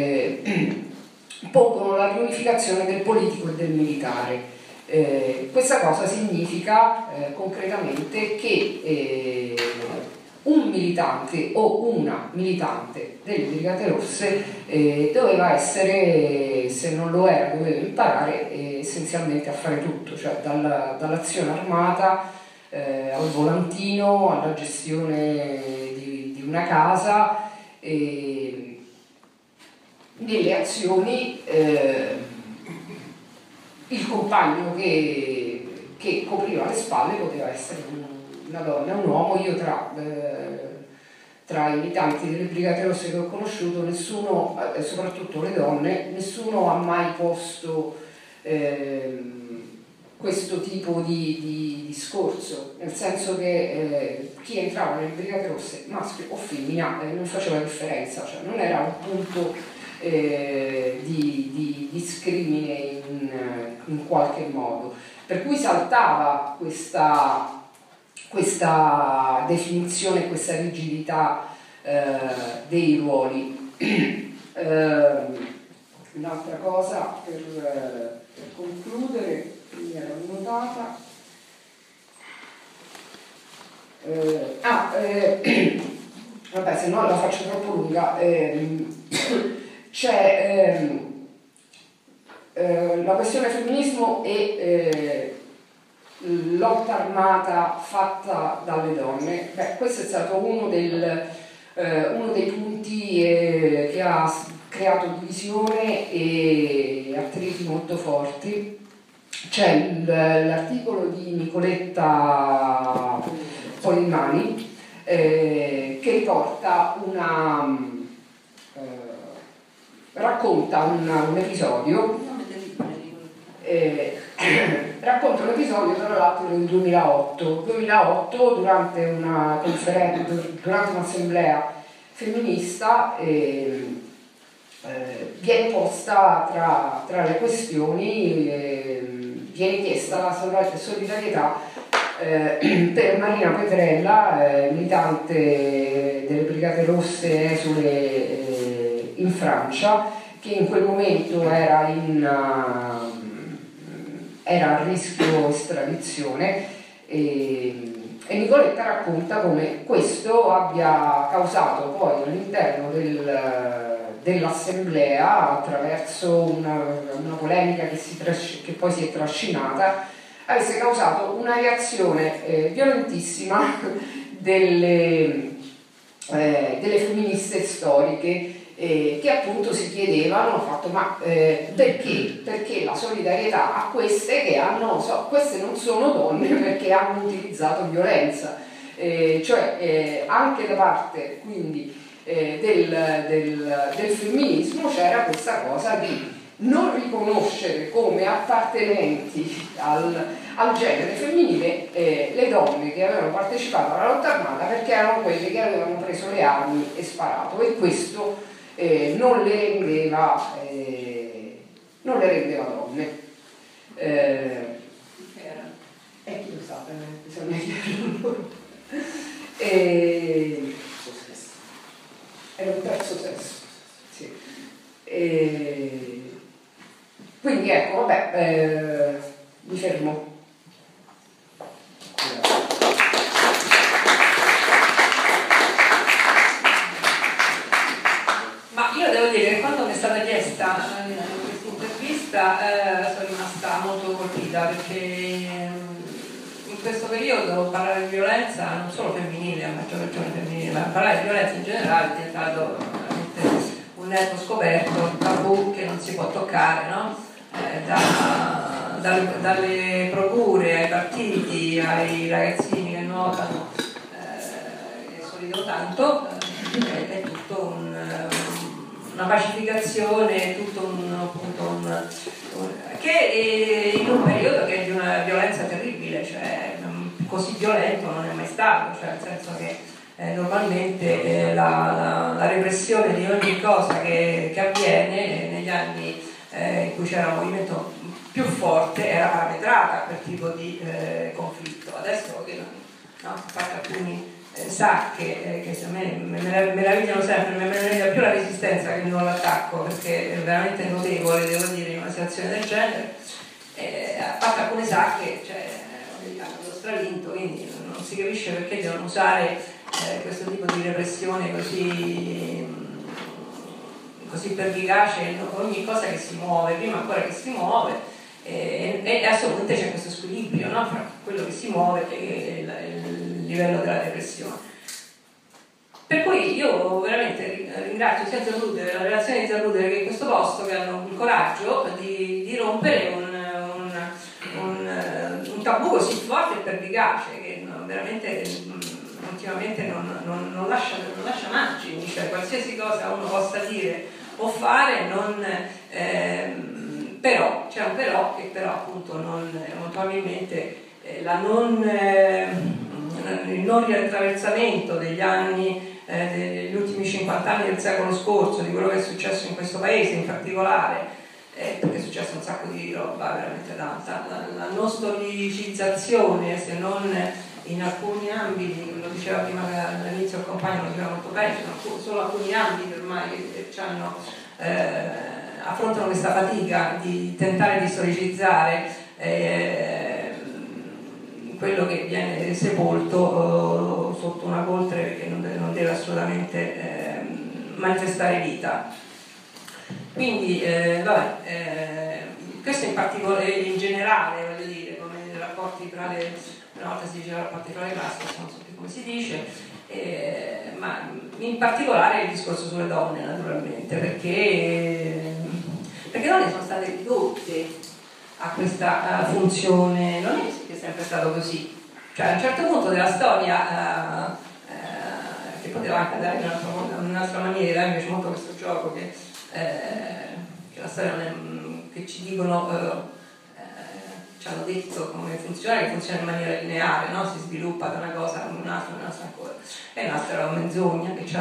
pongono la riunificazione del politico e del militare. Questa cosa significa concretamente che un militante o una militante delle Brigate Rosse doveva essere, se non lo era, doveva imparare essenzialmente a fare tutto, cioè dall'azione armata al volantino, alla gestione di una casa, nelle azioni il compagno che copriva le spalle poteva essere una donna, un uomo. Io tra i militanti delle Brigate Rosse che ho conosciuto, nessuno, soprattutto le donne, nessuno ha mai posto questo tipo di discorso, nel senso che chi entrava nelle Brigate Rosse, maschio o femmina, non faceva differenza, cioè non era un punto di discrimine in qualche modo, per cui saltava questa definizione, questa rigidità dei ruoli. Un'altra cosa per concludere, mi ero annotata, vabbè, se no la faccio troppo lunga. C'è la questione femminismo e lotta armata fatta dalle donne. Beh, questo è stato uno dei punti che ha creato divisione e attriti molto forti. C'è l'articolo di Nicoletta Polimani che riporta racconta un episodio, racconta un episodio tra l'altro del 2008 durante una conferenza, durante un'assemblea femminista. Viene posta tra le questioni, viene chiesta la solidarietà per Marina Petrella, militante delle Brigate Rosse esule in Francia, che in quel momento era a rischio estradizione, e Nicoletta racconta come questo abbia causato poi all'interno dell'assemblea, attraverso una polemica che poi si è trascinata, avesse causato una reazione violentissima delle delle femministe storiche che appunto si chiedevano perché? Perché la solidarietà a queste che queste non sono donne perché hanno utilizzato violenza, anche da parte quindi del femminismo c'era questa cosa di non riconoscere come appartenenti al genere femminile le donne che avevano partecipato alla lotta armata, perché erano quelle che avevano preso le armi e sparato, e questo non le rendeva donne. Chi lo sa, bisogna chiederlo. Era un terzo sesso. Sì. Quindi ecco, mi fermo.
Ma io devo dire che quando mi è stata chiesta questa intervista sono rimasta molto colpita, perché in questo periodo parlare di violenza non solo femminile, a maggior ragione femminile, ma parlare di violenza in generale è diventato veramente un nervo scoperto, un tabù che non si può toccare, no? Dalle procure ai partiti, ai ragazzini che nuotano, che sorridono tanto, è tutto una pacificazione, tutto che in un periodo che è di una violenza terribile, cioè così violento non è mai stato, cioè nel senso che normalmente la repressione di ogni cosa che avviene negli anni in cui c'era un movimento più forte era parametrata a quel tipo di conflitto. Adesso che a parte alcuni sacche che a me meravigliano sempre, mi meraviglia più la resistenza che non l'attacco, perché è veramente notevole, devo dire, in una situazione del genere. A parte alcune sacche, hanno lo stravinto, quindi non si capisce perché devono usare questo tipo di repressione così pervicace ogni cosa che si muove, prima ancora che si muove, e assolutamente c'è questo squilibrio, no? Fra quello che si muove e il livello della repressione. Per cui io veramente ringrazio sia Zaludere, la relazione di Zaludere che questo posto, che hanno il coraggio di rompere un tabù così forte e pervicace che veramente ultimamente non lascia margini, cioè qualsiasi cosa uno possa dire o fare, però c'è un però che però appunto eventualmente il non riattraversamento degli anni, degli ultimi 50 anni del secolo scorso, di quello che è successo in questo paese in particolare, perché è successo un sacco di roba veramente tanta, la non storicizzazione, se non in alcuni ambiti, lo diceva prima all'inizio il compagno, lo diceva molto bene, ci sono solo alcuni ambiti ormai che affrontano questa fatica di tentare di storicizzare quello che viene sepolto sotto una coltre, perché non deve assolutamente manifestare vita. Quindi questo in particolare, in generale, voglio dire, come i rapporti tra una volta si diceva rapporti tra le classi, non so più come si dice, ma in particolare il discorso sulle donne, naturalmente, perché le donne sono state ridotte a questa funzione, non è che è sempre stato così, cioè a un certo punto della storia che poteva anche andare in un'altra maniera, invece molto questo gioco che la storia non è, che ci dicono, ci hanno detto come funziona, che funziona in maniera lineare, no? Si sviluppa da una cosa a un'altra ancora, e un'altra era una menzogna che ci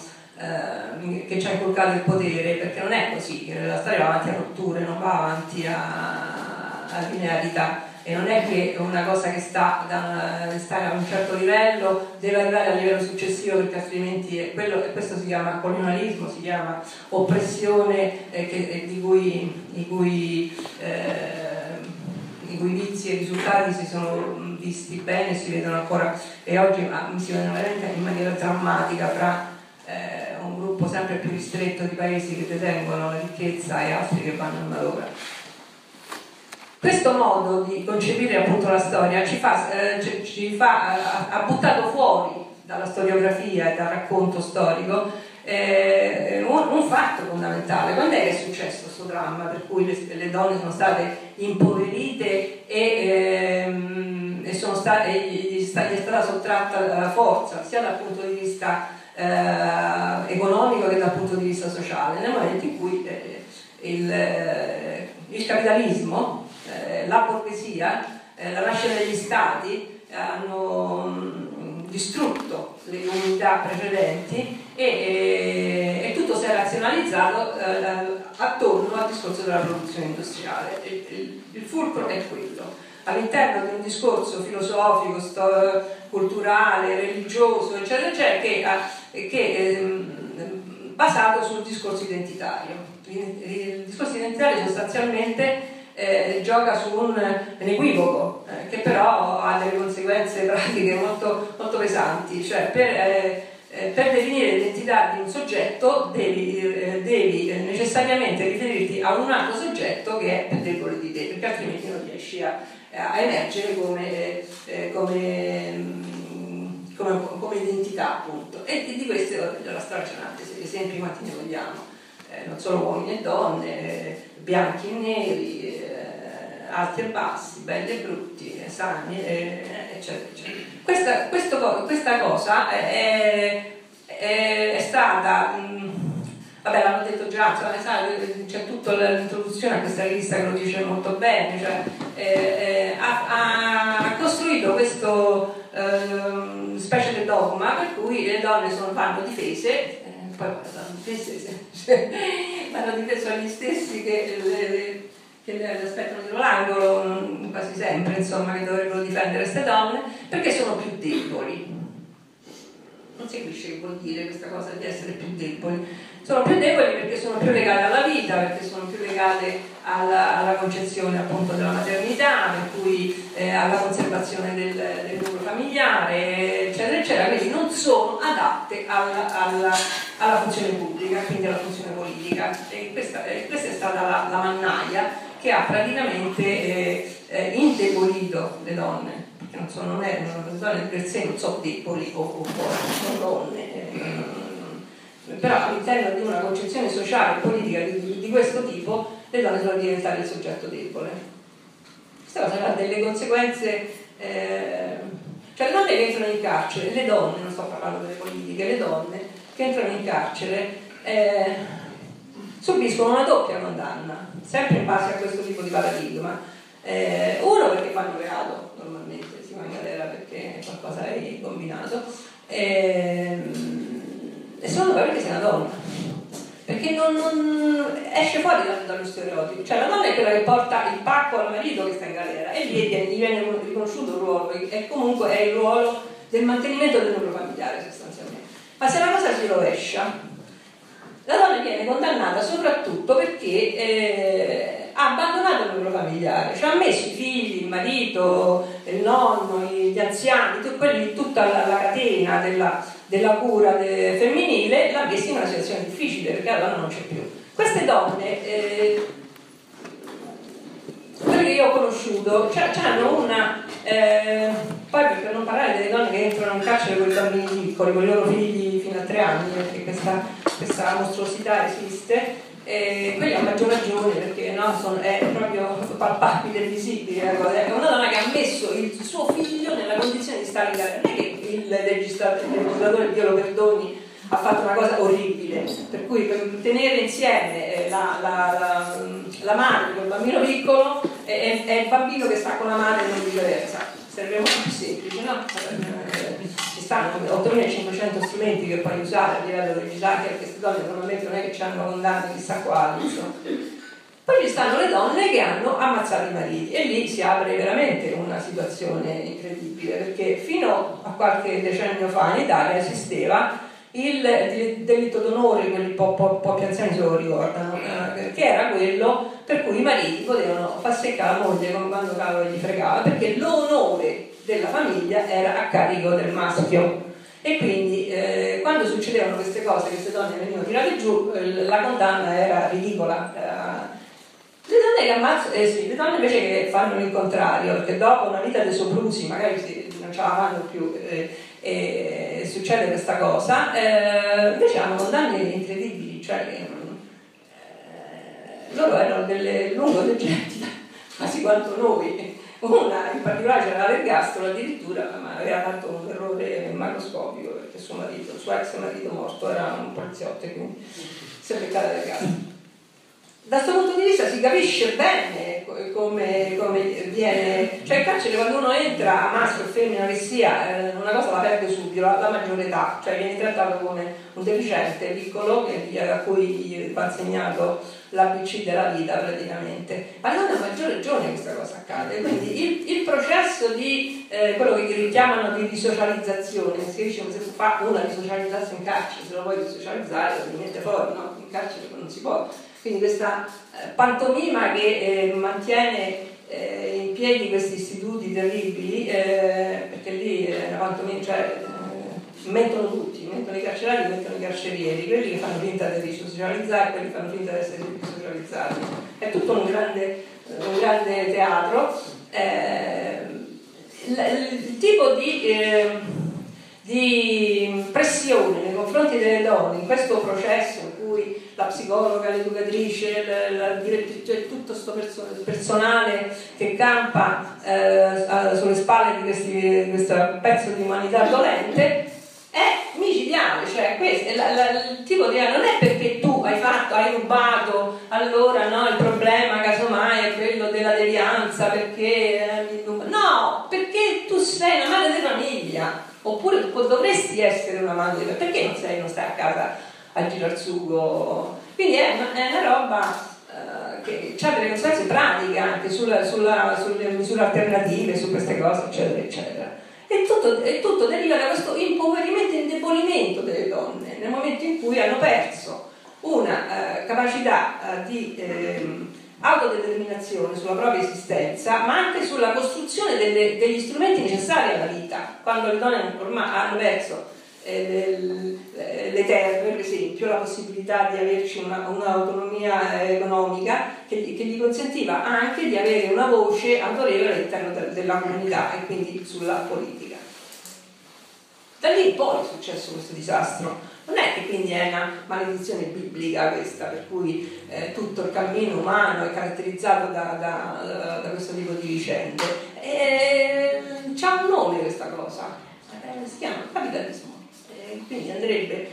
ha inculcato il potere, perché non è così, che la storia va avanti a rotture, non va avanti a linearità, e non è che una cosa che sta a un certo livello deve arrivare al livello successivo, perché altrimenti questo si chiama colonialismo, si chiama oppressione, i cui vizi e risultati si sono visti bene, si vedono ancora, e oggi si vedono veramente in maniera drammatica fra un gruppo sempre più ristretto di paesi che detengono la ricchezza e altri che vanno in malora. Questo modo di concepire appunto la storia ha buttato fuori dalla storiografia e dal racconto storico un fatto fondamentale. Quando è che è successo questo dramma per cui le donne sono state impoverite e gli è stata sottratta la forza sia dal punto di vista economico che dal punto di vista sociale, nel momento in cui il capitalismo, la borghesia, la nascita degli stati hanno distrutto le comunità precedenti e tutto si è razionalizzato attorno al discorso della produzione industriale. Il fulcro è quello. All'interno di un discorso filosofico, culturale, religioso, eccetera, eccetera, che è basato sul discorso identitario. Il discorso identitario sostanzialmente gioca su un equivoco che però ha delle conseguenze pratiche molto, molto pesanti, cioè per definire l'identità di un soggetto devi necessariamente riferirti a un altro soggetto che è più debole di te, perché altrimenti non riesci a emergere come identità, appunto. E di queste la straccionante, esempi quanti ne vogliamo, non solo uomini e donne, bianchi e neri, alti e bassi, belli e brutti, sani, eccetera, eccetera. Questa cosa è stata, vabbè, l'hanno detto già, c'è tutta l'introduzione a questa rivista che lo dice molto bene, cioè ha costruito questo specie di dogma per cui le donne vanno difese, poi vanno difese agli stessi che le aspettano dietro l'angolo, quasi sempre, insomma, che dovrebbero difendere queste donne, perché sono più deboli. Non si capisce che vuol dire questa cosa di essere più deboli. Sono più deboli perché sono più legate alla vita, perché sono più legate alla concezione, appunto, della maternità, per cui alla conservazione del nucleo familiare, eccetera, eccetera. Quindi non sono adatte alla funzione pubblica, quindi alla funzione politica. E questa è stata la mannaia che ha praticamente indebolito le donne, perché non erano le donne per sé, non so, deboli o sono donne, però all'interno di una concezione sociale e politica di questo tipo le donne sono diventate il soggetto debole. Questa cosa ha delle conseguenze, cioè le donne che entrano in carcere, le donne, non sto parlando delle politiche, le donne che entrano in carcere subiscono una doppia condanna, sempre in base a questo tipo di paradigma. Uno perché fanno reato, normalmente si va in galera perché qualcosa è combinato, e secondo me perché sei una donna, perché non esce fuori dallo stereotipo. Cioè la donna è quella che porta il pacco al marito che sta in galera e lì gli viene riconosciuto il ruolo, e comunque è il ruolo del mantenimento del nucleo familiare sostanzialmente. Ma se la cosa si rovescia, la donna viene condannata soprattutto perché ha abbandonato il nucleo familiare, cioè ha messo i figli, il marito, il nonno, gli anziani, tutta la catena della cura femminile, l'ha messa in una situazione difficile perché la donna non c'è più. Queste donne, quelle che io ho conosciuto, hanno una... poi per non parlare delle donne che entrano in carcere con i bambini piccoli, con i loro figli fino a 3 anni, perché questa mostruosità esiste, quelli a maggior ragione perché no, è proprio palpabile e visibile. È una donna che ha messo il suo figlio nella condizione di stare in galera. Non è che il legislatore, Dio lo perdoni, ha fatto una cosa orribile, per cui per tenere insieme la madre con il bambino piccolo è il bambino che sta con la madre e non viceversa. Sarebbe molto più semplice, no? Ci stanno 8.500 strumenti che puoi usare a livello legislativo, perché queste donne normalmente non è che ci hanno condanne chissà quali, insomma. Poi ci stanno le donne che hanno ammazzato i mariti e lì si apre veramente una situazione incredibile, perché fino a qualche decennio fa in Italia esisteva il delitto d'onore, quelli un po' più anziani se lo ricordano, che era quello per cui i mariti potevano far seccare la moglie come quando cavolo gli fregava, perché l'onore della famiglia era a carico del maschio. E quindi quando succedevano queste cose, queste donne venivano tirate giù, la condanna era ridicola. Le donne le donne invece che fanno il contrario, perché dopo una vita di soprusi magari non ce la fanno più e succede questa cosa, invece hanno condanne incredibili, cioè loro erano delle lungodeggenti quasi quanto noi. Una in particolare c'era l'ergastolo addirittura, ma aveva fatto un errore macroscopico perché suo ex marito morto era un poliziotto e quindi si è beccata l'ergastolo. Da questo punto di vista si capisce bene come viene, cioè il carcere quando uno entra, maschio o femmina che sia, una cosa la perde subito, la maggiore età, cioè viene trattato come un deficiente piccolo a cui gli va insegnato l'ABC della vita praticamente. Ma non a maggior ragione questa cosa accade, quindi il processo di quello che richiamano di risocializzazione, si dice se fa una risocializzazione in carcere, se lo vuoi risocializzare lo mette fuori, no? In carcere non si può. Quindi questa pantomima che mantiene in piedi questi istituti terribili, perché lì è una pantomima, cioè mentono tutti, mentono i carcerati, mentono i carcerieri, quelli che fanno finta di risocializzare, quelli che fanno finta di essere risocializzati. È tutto un grande teatro. Il tipo di pressione nei confronti delle donne in questo processo in cui la psicologa, l'educatrice, la direttrice, tutto questo personale che campa sulle spalle di questo pezzo di umanità dolente è micidiale, cioè il tipo di non è perché tu hai rubato, allora no, il problema casomai è quello della devianza, perché no, perché tu sei una madre di famiglia, oppure dovresti essere una madre, perché non stai a casa a girare sugo? Quindi è una roba che ha delle conseguenze pratiche anche sulle misure alternative, su queste cose, eccetera, eccetera. E tutto deriva da questo impoverimento e indebolimento delle donne nel momento in cui hanno perso una capacità di autodeterminazione sulla propria esistenza, ma anche sulla costruzione degli strumenti necessari alla vita. Quando le donne ormai hanno perso le terre, per esempio, la possibilità di averci un'autonomia economica che gli consentiva anche di avere una voce autorevole all'interno della comunità e quindi sulla politica. Da lì in poi è successo questo disastro. Non è che quindi è una maledizione biblica questa, per cui tutto il cammino umano è caratterizzato da questo tipo di vicende. C'ha un nome questa cosa, si chiama capitalismo. Quindi andrebbe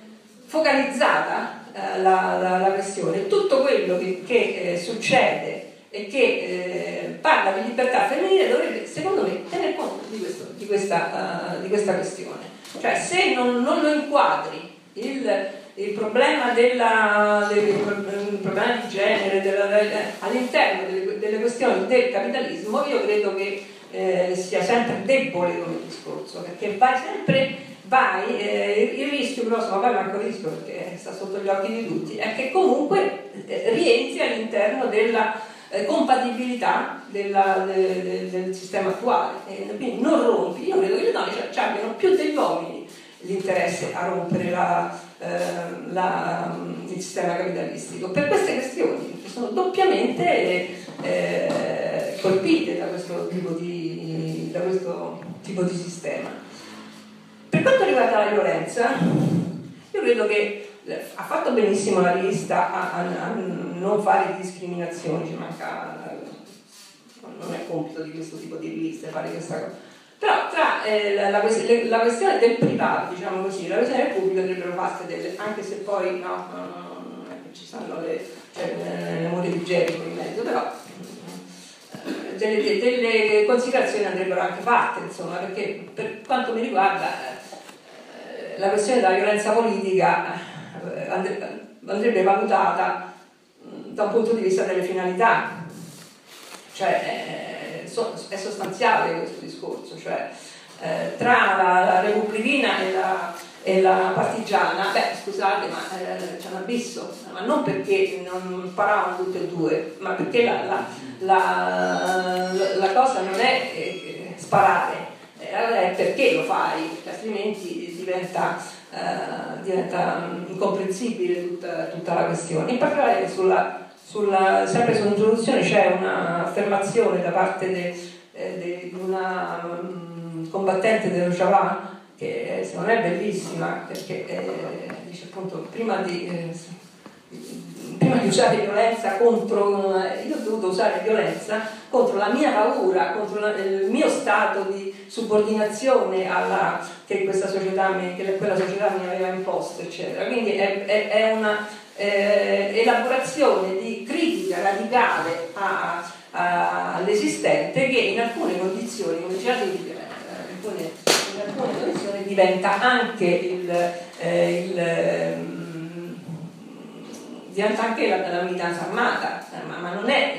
focalizzata la questione. Tutto quello che succede e che parla di libertà femminile dovrebbe, secondo me, tener conto di questa questione. Cioè, se non lo inquadri il problema il problema di genere all'interno delle questioni del capitalismo, io credo che sia sempre debole come discorso, perché il rischio grosso, ma poi manco il rischio perché sta sotto gli occhi di tutti, è che comunque rientri all'interno della compatibilità del sistema attuale, e quindi non rompi. Io credo che le donne abbiano più degli uomini l'interesse a rompere il sistema capitalistico per queste questioni che sono doppiamente colpite da questo tipo di sistema. Per quanto riguarda la violenza, io credo che ha fatto benissimo la rivista a non fare discriminazioni, ci manca, non è compito di questo tipo di riviste fare questa cosa. Però tra la questione del privato, diciamo così, la questione del pubblico andrebbero fatte anche se poi no, ci stanno le mura di Gerico in mezzo, però delle considerazioni andrebbero anche fatte, insomma, perché per quanto mi riguarda la questione della violenza politica andrebbe valutata da un punto di vista delle finalità, cioè è sostanziale questo discorso, cioè tra la repubblicana e la partigiana, scusate, ma c'è un abisso, ma non perché non paravano tutte e due, ma perché la cosa non è sparare, è perché lo fai, altrimenti diventa incomprensibile tutta la questione, in particolare sempre sull'introduzione c'è un'affermazione da parte di una combattente dello Java che secondo me è bellissima, perché dice appunto prima di usare violenza contro, io ho dovuto usare violenza contro la mia paura, contro il mio stato di subordinazione che quella società mi aveva imposto, eccetera. Quindi è una elaborazione di critica radicale all'esistente, che in alcune condizioni, come diceva Silvia, in alcune condizioni diventa anche la militanza armata, ma non è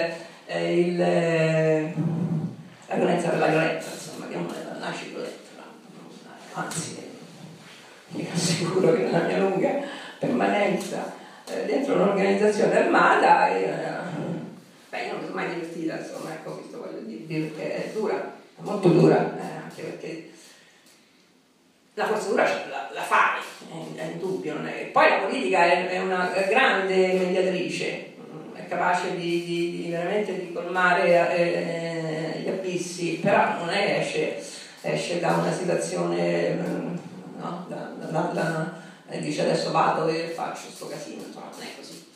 la violenza per la violenza, insomma, che non nasce violenta, anzi mi assicuro che nella mia lunga permanenza dentro un'organizzazione armata io non mi sono mai divertita, insomma, ecco, questo voglio dire, perché è dura, è molto dura, anche perché la forza dura la fai, è indubbio, non è. Poi la politica è una grande mediatrice, è capace veramente di colmare gli abissi, però non è che esce da una situazione, no, dice adesso vado e faccio sto casino, insomma, non è così.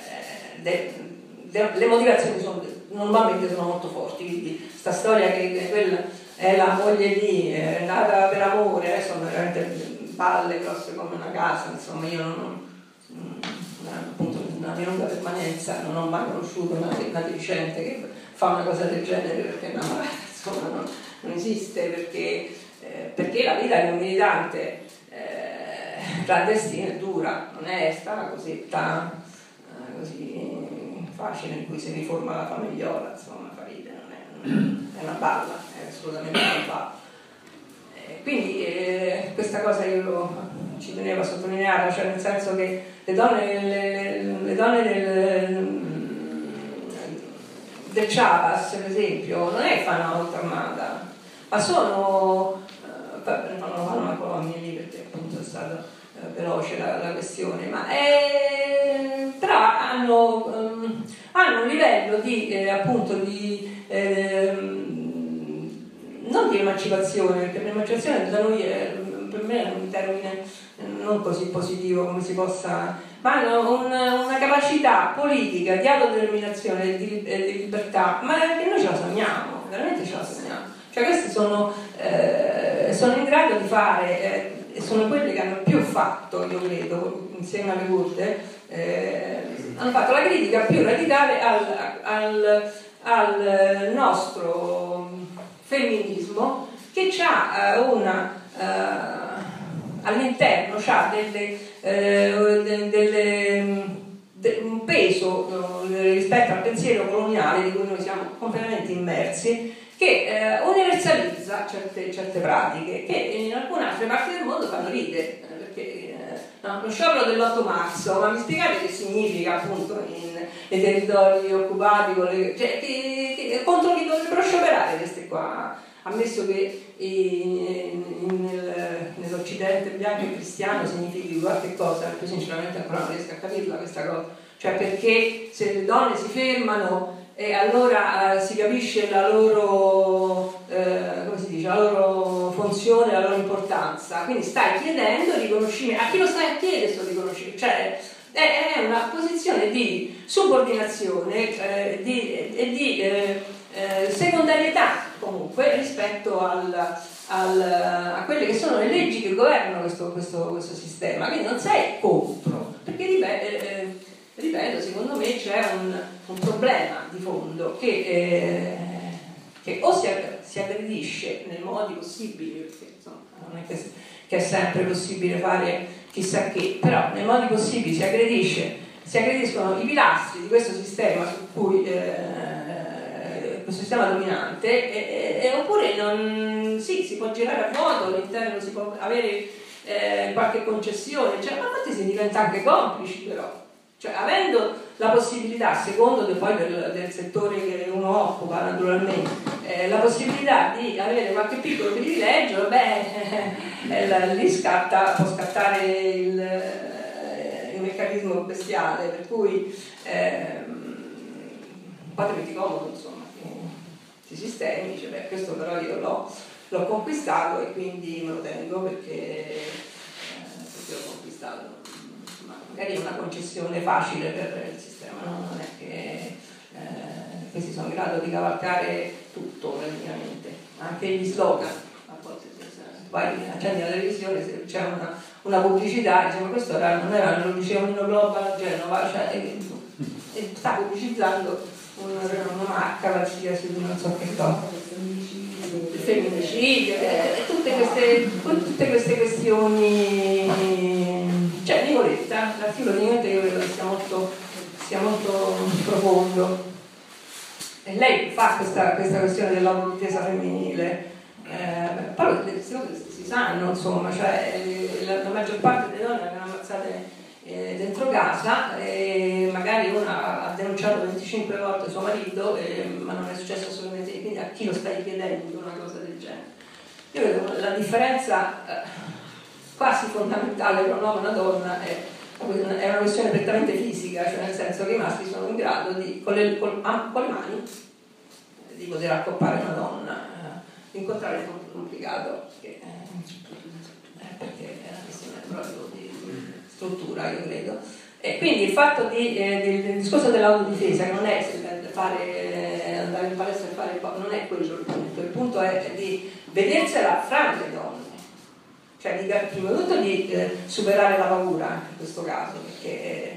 Le motivazioni normalmente sono molto forti, quindi sta storia che quella è la moglie lì, è nata per amore, sono veramente balle grosse come una casa, insomma, io appunto nella mia lunga permanenza non ho mai conosciuto una dirigente che fa una cosa del genere perché è innamorata, insomma, non esiste, perché la vita di un militante clandestino è dura, non è stata così facile in cui si riforma la famigliola, insomma, fa ridere, non è una balla, è assolutamente una balla. Quindi questa cosa io ci tenevo a sottolinearla, cioè nel senso che le donne del Chavas, per esempio, non è che fanno la lotta armata, ma sono non fanno una colonia lì perché appunto è stata veloce la questione, ma però hanno un livello di appunto di non di emancipazione, perché l'emancipazione da noi per me è un termine non così positivo come si possa, ma hanno una capacità politica di autodeterminazione e di libertà, ma che noi ce la sogniamo, veramente ce la sogniamo. Cioè queste sono in grado di fare, e sono quelle che hanno più fatto, io credo, insieme alle Kurde, hanno fatto la critica più radicale al nostro femminismo, che ha all'interno un peso rispetto al pensiero coloniale di cui noi siamo completamente immersi, che universalizza certe pratiche che in alcune altre parti del mondo fanno ridere, perché lo sciopero dell'8 marzo, ma mi spiegate che significa appunto nei territori occupati, contro chi dovrebbero scioperare queste qua? Ammesso che nell'Occidente bianco e cristiano significhi qualche cosa, perché sinceramente ancora non riesco a capirla questa cosa, cioè perché se le donne si fermano e allora si capisce la loro come si dice, la loro funzione, la loro importanza, quindi stai chiedendo riconoscimento, a chi lo stai a chiedere questo riconoscimento? Cioè è una posizione di subordinazione e di secondarietà comunque rispetto a quelle che sono le leggi che governano questo sistema, quindi non sei contro, perché ripeto, secondo me c'è un problema di fondo che o si aggredisce nei modi possibili, perché insomma non è che è sempre possibile fare chissà che, però nei modi possibili si aggrediscono i pilastri di questo sistema su cui questo sistema dominante, oppure si può girare a vuoto all'interno, si può avere qualche concessione, cioè, ma a volte si diventa anche complici, però, cioè avendo la possibilità, secondo poi del settore che uno occupa naturalmente, la possibilità di avere qualche piccolo privilegio, lì può scattare il meccanismo bestiale, per cui poi ti metti comodo, insomma, ti sistemi, dice, beh, questo però io l'ho conquistato e quindi me lo tengo perché l'ho conquistato. Ma magari è una concessione facile per il sistema, no? Non è che questi sono in grado di cavalcare tutto praticamente, anche gli slogan. A volte poi accendi la televisione, se c'è una pubblicità, dice, ma questo non era, lo diceva Nino Global a Genova, cioè, e sta pubblicizzando una marca qualsiasi, non so che cosa, il femminicidio, e tutte queste questioni, cioè Nicoletta, l'articolo di Nicoletta io credo che sia molto profondo, e lei fa questa questione dell'autodifesa femminile. Poi queste cose si sanno, insomma, cioè la maggior parte delle donne vengono ammazzate dentro casa, e magari una ha denunciato 25 volte suo marito, ma non è successo assolutamente niente, quindi a chi lo stai chiedendo una cosa del genere? Io credo che la differenza quasi fondamentale tra un uomo e una donna è una questione prettamente fisica, cioè nel senso che i maschi sono in grado di, con le mani, di poter accoppare una donna. Incontrare è molto complicato perché è una questione proprio di struttura, io credo. E quindi il fatto del discorso dell'autodifesa, che non è andare in palestra e fare non è quello il punto è di vedersela fra le donne, cioè prima di tutto di superare la paura in questo caso, perché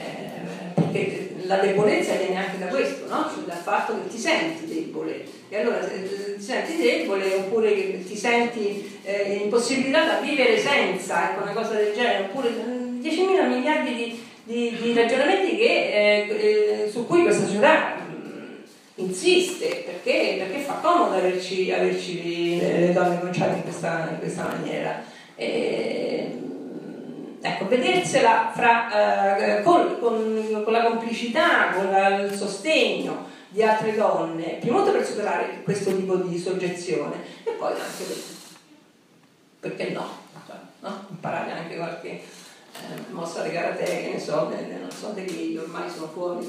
la debolezza viene anche da questo, no? Cioè dal fatto che ti senti debole, e allora se ti senti debole oppure che ti senti impossibilitata a vivere senza, ecco, una cosa del genere, oppure 10.000 miliardi di ragionamenti su cui questa società insiste, perché fa comodo averci le donne conciate in questa maniera. Ecco, vedersela con la complicità, con il sostegno di altre donne, prima di tutto per superare questo tipo di soggezione, e poi anche perché no? Imparare anche qualche mossa di karate, che ne so, non so di chi, ormai sono fuori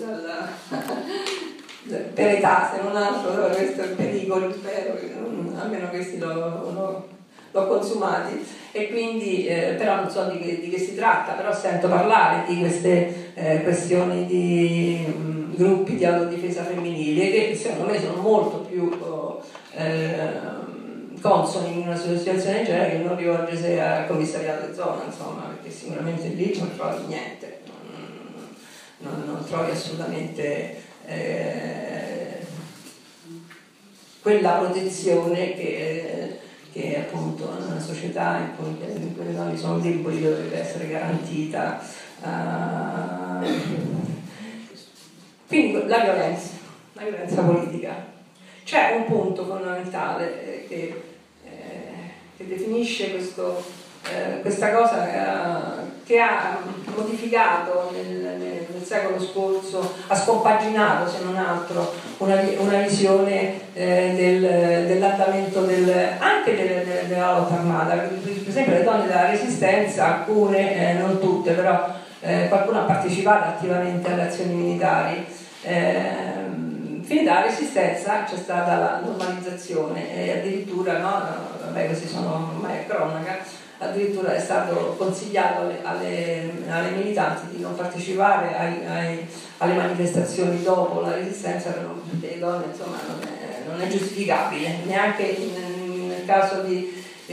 per età, se non altro, questo è il pericolo, spero che almeno questi l'ho consumati, e quindi però non so di che si tratta, però sento parlare di queste questioni di gruppi di autodifesa femminile che secondo me sono molto più consoni in una situazione del genere che non rivolgersi al commissariato di zona, insomma, perché sicuramente lì non trovi niente, non trovi assolutamente quella protezione che appunto in una società in cui le donne sono deboli dovrebbe essere garantita. Quindi la violenza politica. C'è un punto fondamentale che definisce questa cosa che ha modificato nel secolo scorso, ha scompaginato se non altro una visione dell'andamento anche della lotta armata. Per esempio le donne della Resistenza, alcune, non tutte, però qualcuno ha partecipato attivamente alle azioni militari. Fin dalla Resistenza c'è stata la normalizzazione e addirittura, vabbè, questi sono ormai cronaca, addirittura è stato consigliato alle militanti di non partecipare alle manifestazioni dopo la Resistenza, perché le donne, insomma, non è giustificabile, neanche nel caso di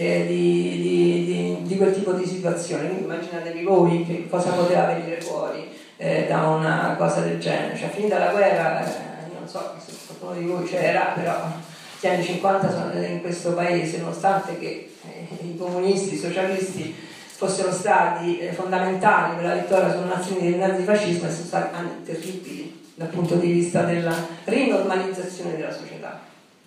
quel tipo di situazione. Quindi immaginatevi voi che cosa poteva venire fuori da una cosa del genere. Cioè, finita la guerra, non so se qualcuno di voi c'era, però gli anni 50 sono in questo paese, nonostante che i comunisti, i socialisti fossero stati fondamentali per la vittoria sulle nazioni del nazifascismo, sono stati anni terribili dal punto di vista della rinormalizzazione della società.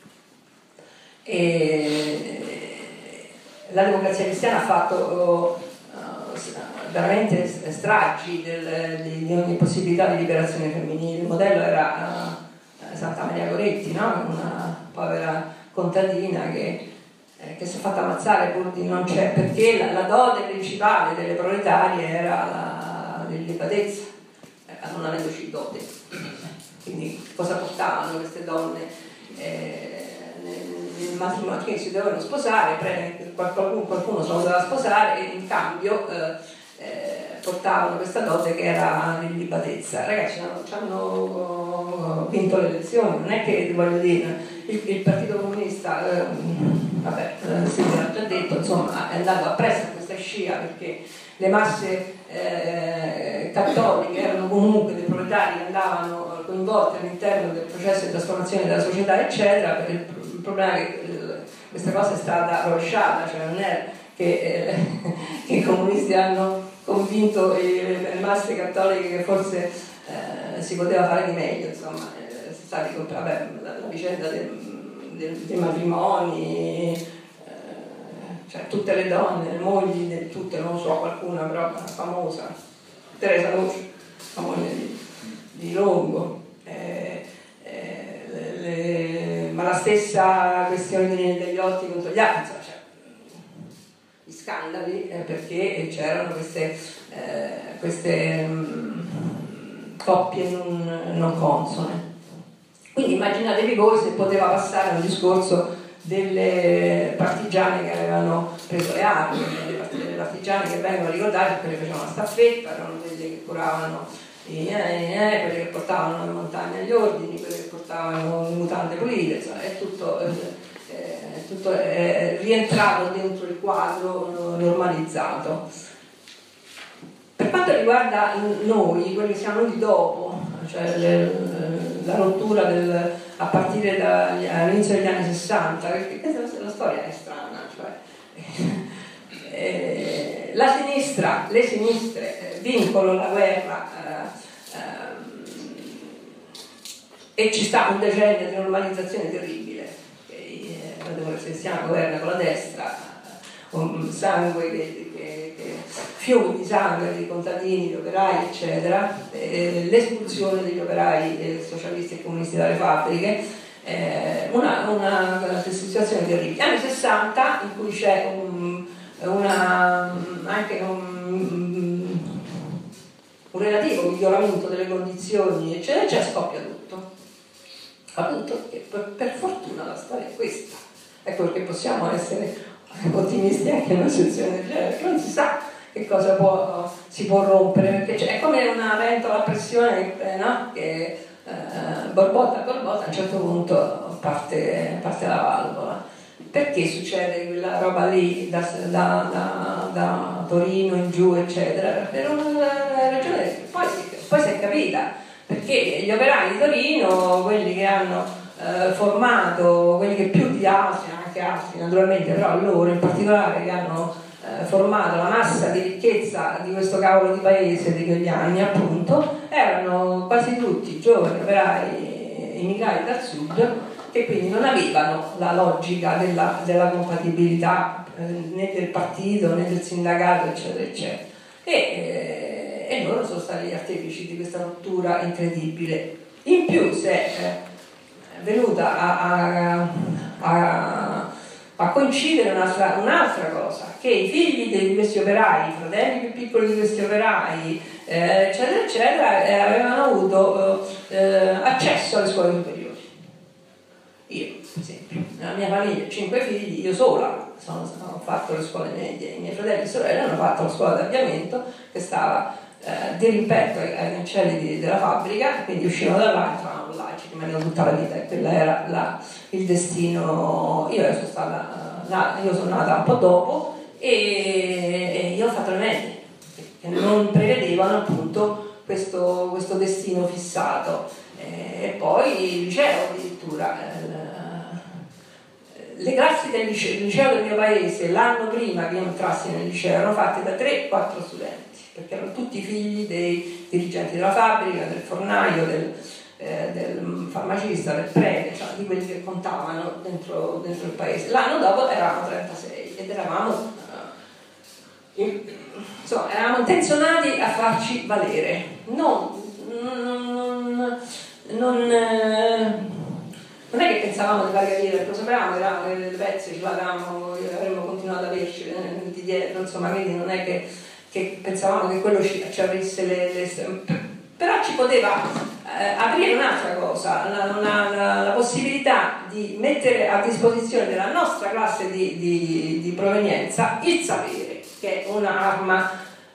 E la Democrazia Cristiana ha fatto veramente stragi di ogni possibilità di liberazione femminile. Il modello era Santa Maria Goretti, no? Una povera contadina che si è fatta ammazzare pur di non c'è, perché la dote principale delle proletarie era dell'illegalità, non avendoci dote. Quindi cosa portavano queste donne nel matrimonio? Che si dovevano sposare, qualcuno se lo doveva sposare e in cambio portavano questa dote che era l'illibatezza. Ragazzi, ci hanno vinto le elezioni, non è che, voglio dire, il Partito Comunista, Silvia l'ha già detto, insomma, è andato appresso a questa scia perché le masse cattoliche erano comunque dei proletari che andavano coinvolti all'interno del processo di trasformazione della società, eccetera. Il problema è che questa cosa è stata rovesciata, cioè non è che i comunisti hanno convinto le masse cattoliche che forse si poteva fare di meglio, insomma, stati, la vicenda dei matrimoni, cioè tutte le donne, le mogli, tutte, non lo so, qualcuna però famosa, Teresa Noce, la moglie di Longo, ma la stessa questione degli otti contro gli altri, cioè, gli scandali, perché c'erano queste coppie non consone. Quindi immaginatevi voi se poteva passare un discorso delle partigiane che avevano preso le armi, delle partigiane che vengono ricordate perché facevano la staffetta, erano quelle che curavano quelle che portavano in montagna gli ordini, quelle che portavano le mutande pulite, insomma, è tutto rientrato dentro il quadro normalizzato. Per quanto riguarda noi, quelli che siamo venuti dopo, cioè la rottura a partire dall'inizio degli anni 60, perché la storia è strana, cioè, la sinistra, le sinistre vincono la guerra e ci sta un decennio di normalizzazione terribile. La Democrazia Cristiana governa con la destra, con sangue fiumi di sangue dei contadini, degli operai, eccetera, l'espulsione degli operai socialisti e comunisti dalle fabbriche, una situazione terribile. Anni 60 in cui c'è anche un relativo miglioramento delle condizioni, eccetera, c'è, scoppia tutto. Appunto, per fortuna la storia è questa. Ecco perché possiamo essere ottimisti anche in una situazione del genere, perché non si sa che cosa si può rompere, perché è come una ventola a pressione che borbotta a borbotta, a un certo punto parte la valvola. Perché succede quella roba lì da Torino in giù, eccetera? Per una ragione che poi si è capita, perché gli operai di Torino, quelli che hanno formato, quelli che più di altri, anche altri naturalmente, però loro in particolare che hanno formato la massa di ricchezza di questo cavolo di paese di quegli anni, appunto, erano quasi tutti giovani operai immigrati dal sud, che quindi non avevano la logica della compatibilità né del partito né del sindacato, eccetera, eccetera. E loro sono stati gli artefici di questa rottura incredibile. In più si è venuta a coincidere un'altra cosa, che i figli di questi operai, i fratelli più piccoli di questi operai, eccetera, eccetera, avevano avuto accesso alle scuole superiori. Io, per esempio, nella mia famiglia, 5 figli, io sola ho fatto le scuole medie, i miei fratelli e sorelle hanno fatto la scuola d'avviamento che stava di rimpetto ai cancelli della fabbrica, quindi uscivano da là, entravano là e ci rimanevano tutta la vita, e quello era il destino. Io sono nata un po' dopo e io ho fatto le medie che non prevedevano appunto questo destino fissato, e poi il liceo addirittura. Le classi del liceo del mio paese l'anno prima che io entrassi nel liceo erano fatte da 3-4 studenti, perché erano tutti figli dei dirigenti della fabbrica, del fornaio, del farmacista, del prete, cioè di quelli che contavano dentro il paese. L'anno dopo eravamo 36 ed eravamo intenzionati a farci valere, non è che pensavamo di fare carriera, lo sapevamo, eravamo le pezze, ce l'avevamo, avremmo continuato ad averci di dietro, insomma, quindi non è che che pensavamo che quello ci avesse però ci poteva aprire un'altra cosa, la possibilità di mettere a disposizione della nostra classe di provenienza il sapere, che è un'arma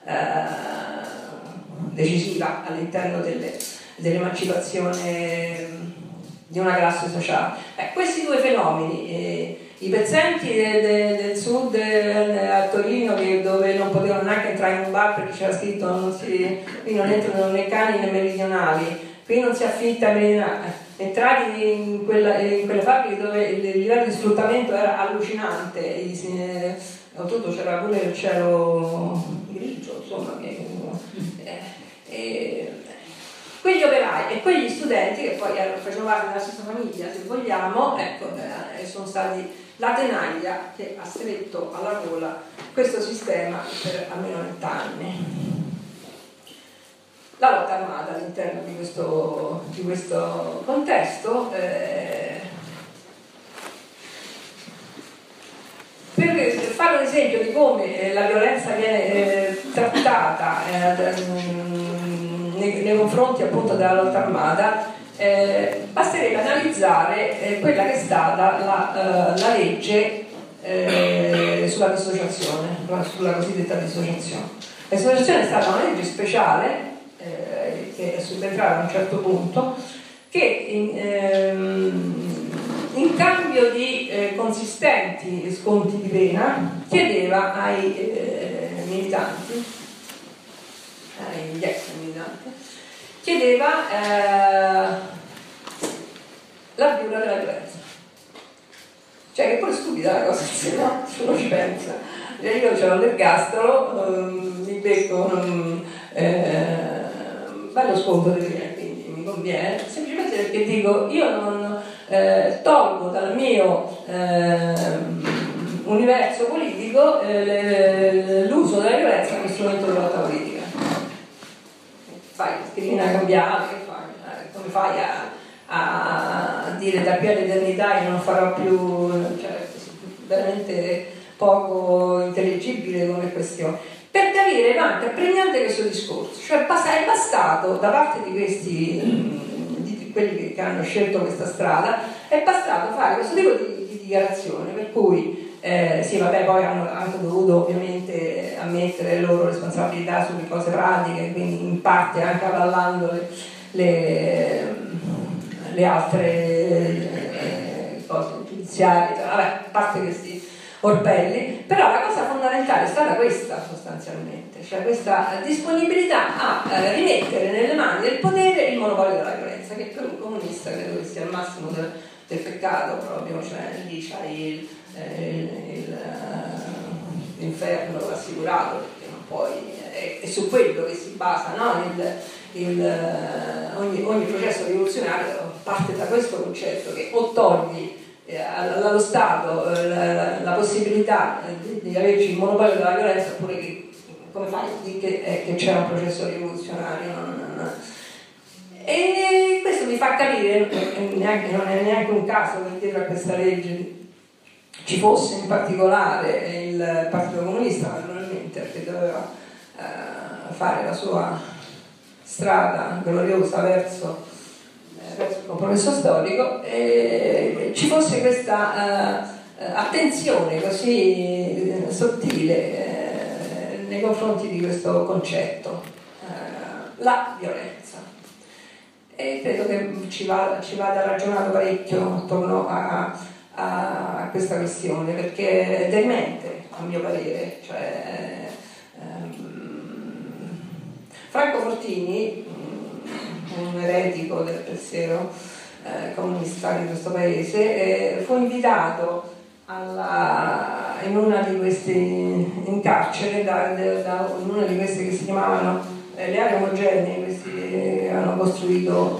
decisiva all'interno dell'emancipazione di una classe sociale. Questi due fenomeni, i pezzenti del sud a Torino, dove non potevano neanche entrare in un bar perché c'era scritto qui non entrano né cani né meridionali, qui non si affitta meridionali, entrati in quelle fabbriche dove il livello di sfruttamento era allucinante, oltretutto c'era pure il cielo grigio, insomma, quegli operai e quegli studenti che poi facevano parte della stessa famiglia, se vogliamo, sono stati la tenaglia che ha stretto alla gola questo sistema per almeno 20 anni. La lotta armata all'interno di questo contesto, per fare un esempio di come la violenza viene trattata nei confronti appunto della lotta armata, basterebbe analizzare quella che è stata la legge sulla dissociazione, sulla cosiddetta dissociazione. La dissociazione è stata una legge speciale che è subentrata a un certo punto, che in cambio di consistenti sconti di pena chiedeva ai militanti, agli ex militanti, chiedeva l'avviura della violenza. Cioè, che pure stupida la cosa, se no uno ci pensa. Io c'ero l'ergastolo, mi becco bello sconto di pena, quindi mi conviene, semplicemente perché dico, io non tolgo dal mio universo politico l'uso della violenza come strumento di lotta politica. Fai schedina cambiale, che fai? Come fai a dire da qui all'eternità io non farò più, cioè, veramente poco intelligibile come questione. Per capire quanto è pregnante questo discorso, cioè è bastato da parte di questi, di quelli che hanno scelto questa strada, è bastato fare questo tipo di dichiarazione, per cui sì, vabbè, poi hanno anche dovuto ovviamente ammettere le loro responsabilità sulle cose pratiche, quindi in parte anche avallando le altre cose giudiziarie, vabbè, a parte questi orpelli, però la cosa fondamentale è stata questa sostanzialmente, cioè questa disponibilità a rimettere nelle mani del potere il monopolio della violenza, che per un comunista credo che sia il massimo del peccato proprio, cioè lì c'hai l'inferno assicurato, perché non puoi, è su quello che si basa, no? Ogni processo rivoluzionario parte da questo concetto, che o togli allo Stato la possibilità di averci il monopolio della violenza, oppure che, come fai a dire che c'è un processo rivoluzionario? E questo mi fa capire non è neanche un caso che dietro a questa legge ci fosse in particolare il Partito Comunista, naturalmente, perché doveva fare la sua strada gloriosa verso il compromesso storico, e ci fosse questa attenzione così sottile nei confronti di questo concetto, la violenza. E credo che ci vada ragionato parecchio attorno a questa questione, perché è demente, a mio parere. Cioè, Franco Fortini, un eretico del pensiero comunista di questo paese, fu invitato in carcere in una di queste che si chiamavano le aree omogenee, questi che hanno costruito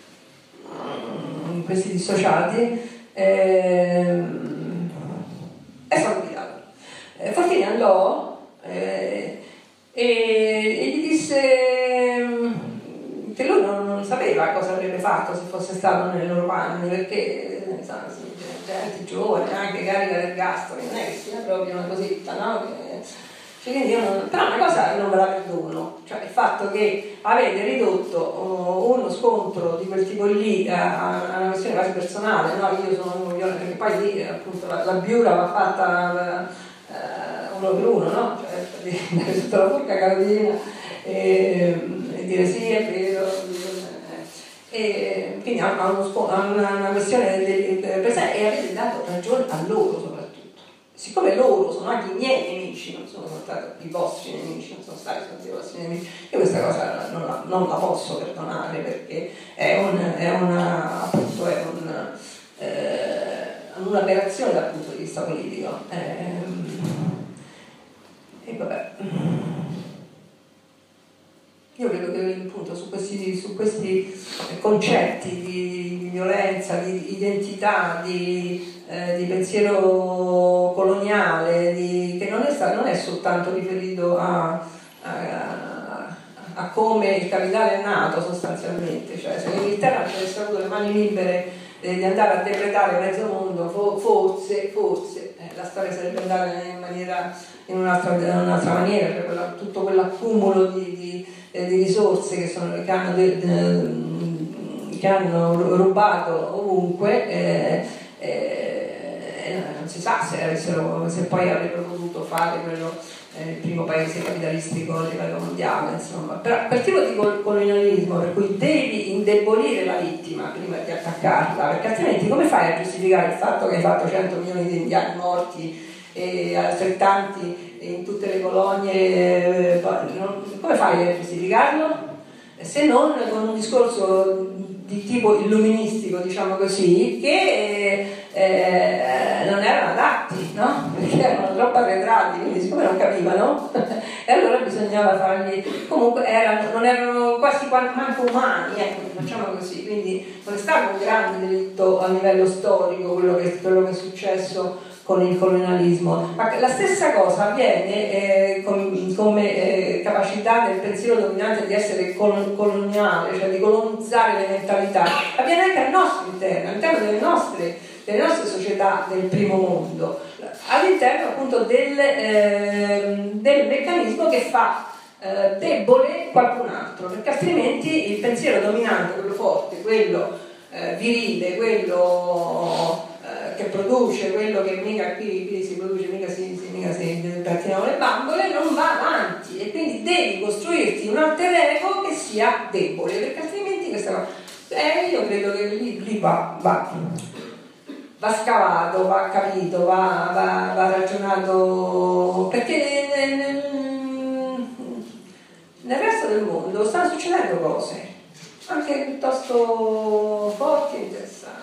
questi dissociati, è stato invitato. Fortini andò e gli disse che lui non sapeva cosa avrebbe fatto se fosse stato nei loro panni, perché gente giovane, anche carica del gasto, non è che sia proprio una cosetta, no? Quindi però una cosa non ve la perdono, cioè il fatto che avete ridotto uno scontro di quel tipo lì a una questione quasi personale, no? Io sono un perché poi lì appunto la biura va fatta uno per uno, no? Cioè dare tutta la forca carolina e dire sì, è vero. E quindi ha una questione presente e avete dato ragione a loro soprattutto. Siccome loro sono anche i miei nemici, non sono stati i vostri nemici, non sono stati i vostri nemici, io questa cosa non la posso perdonare perché è un'operazione dal punto di vista politico. E vabbè. Io credo che appunto su questi concetti di violenza, di identità, di pensiero coloniale, che non è soltanto riferito a come il capitale è nato sostanzialmente, cioè se l'Inghilterra avesse avuto le mani libere di andare a depredare mezzo mondo, forse la storia sarebbe andata in un'altra maniera, cioè tutto quell'accumulo di risorse che hanno rubato ovunque, non si sa se poi avrebbero potuto fare quello il primo paese capitalistico a livello mondiale, insomma. Però quel tipo di colonialismo per cui devi indebolire la vittima prima di attaccarla, perché altrimenti come fai a giustificare il fatto che hai fatto 100 milioni di indiani morti e altrettanti in tutte le colonie, come fai a giustificarlo? Se non con un discorso di tipo illuministico, diciamo così, che non erano adatti, no? Perché erano troppo arretrati, quindi siccome non capivano e allora bisognava fargli, comunque non erano quasi manco umani, ecco, facciamo così, quindi non è stato un grande delitto a livello storico quello che è successo con il colonialismo, ma la stessa cosa avviene come capacità del pensiero dominante di essere coloniale, cioè di colonizzare le mentalità, avviene anche al nostro interno, all'interno delle nostre società del primo mondo, all'interno appunto del meccanismo che fa debole qualcun altro, perché altrimenti il pensiero dominante, quello forte, quello virile, quello che produce, quello che mica qui si produce, mica si pettinano le bambole, non va avanti e quindi devi costruirti un alter ego che sia debole, perché altrimenti questa cosa io credo che lì va scavato, va capito, va ragionato, perché nel resto del mondo stanno succedendo cose anche piuttosto forti e interessanti.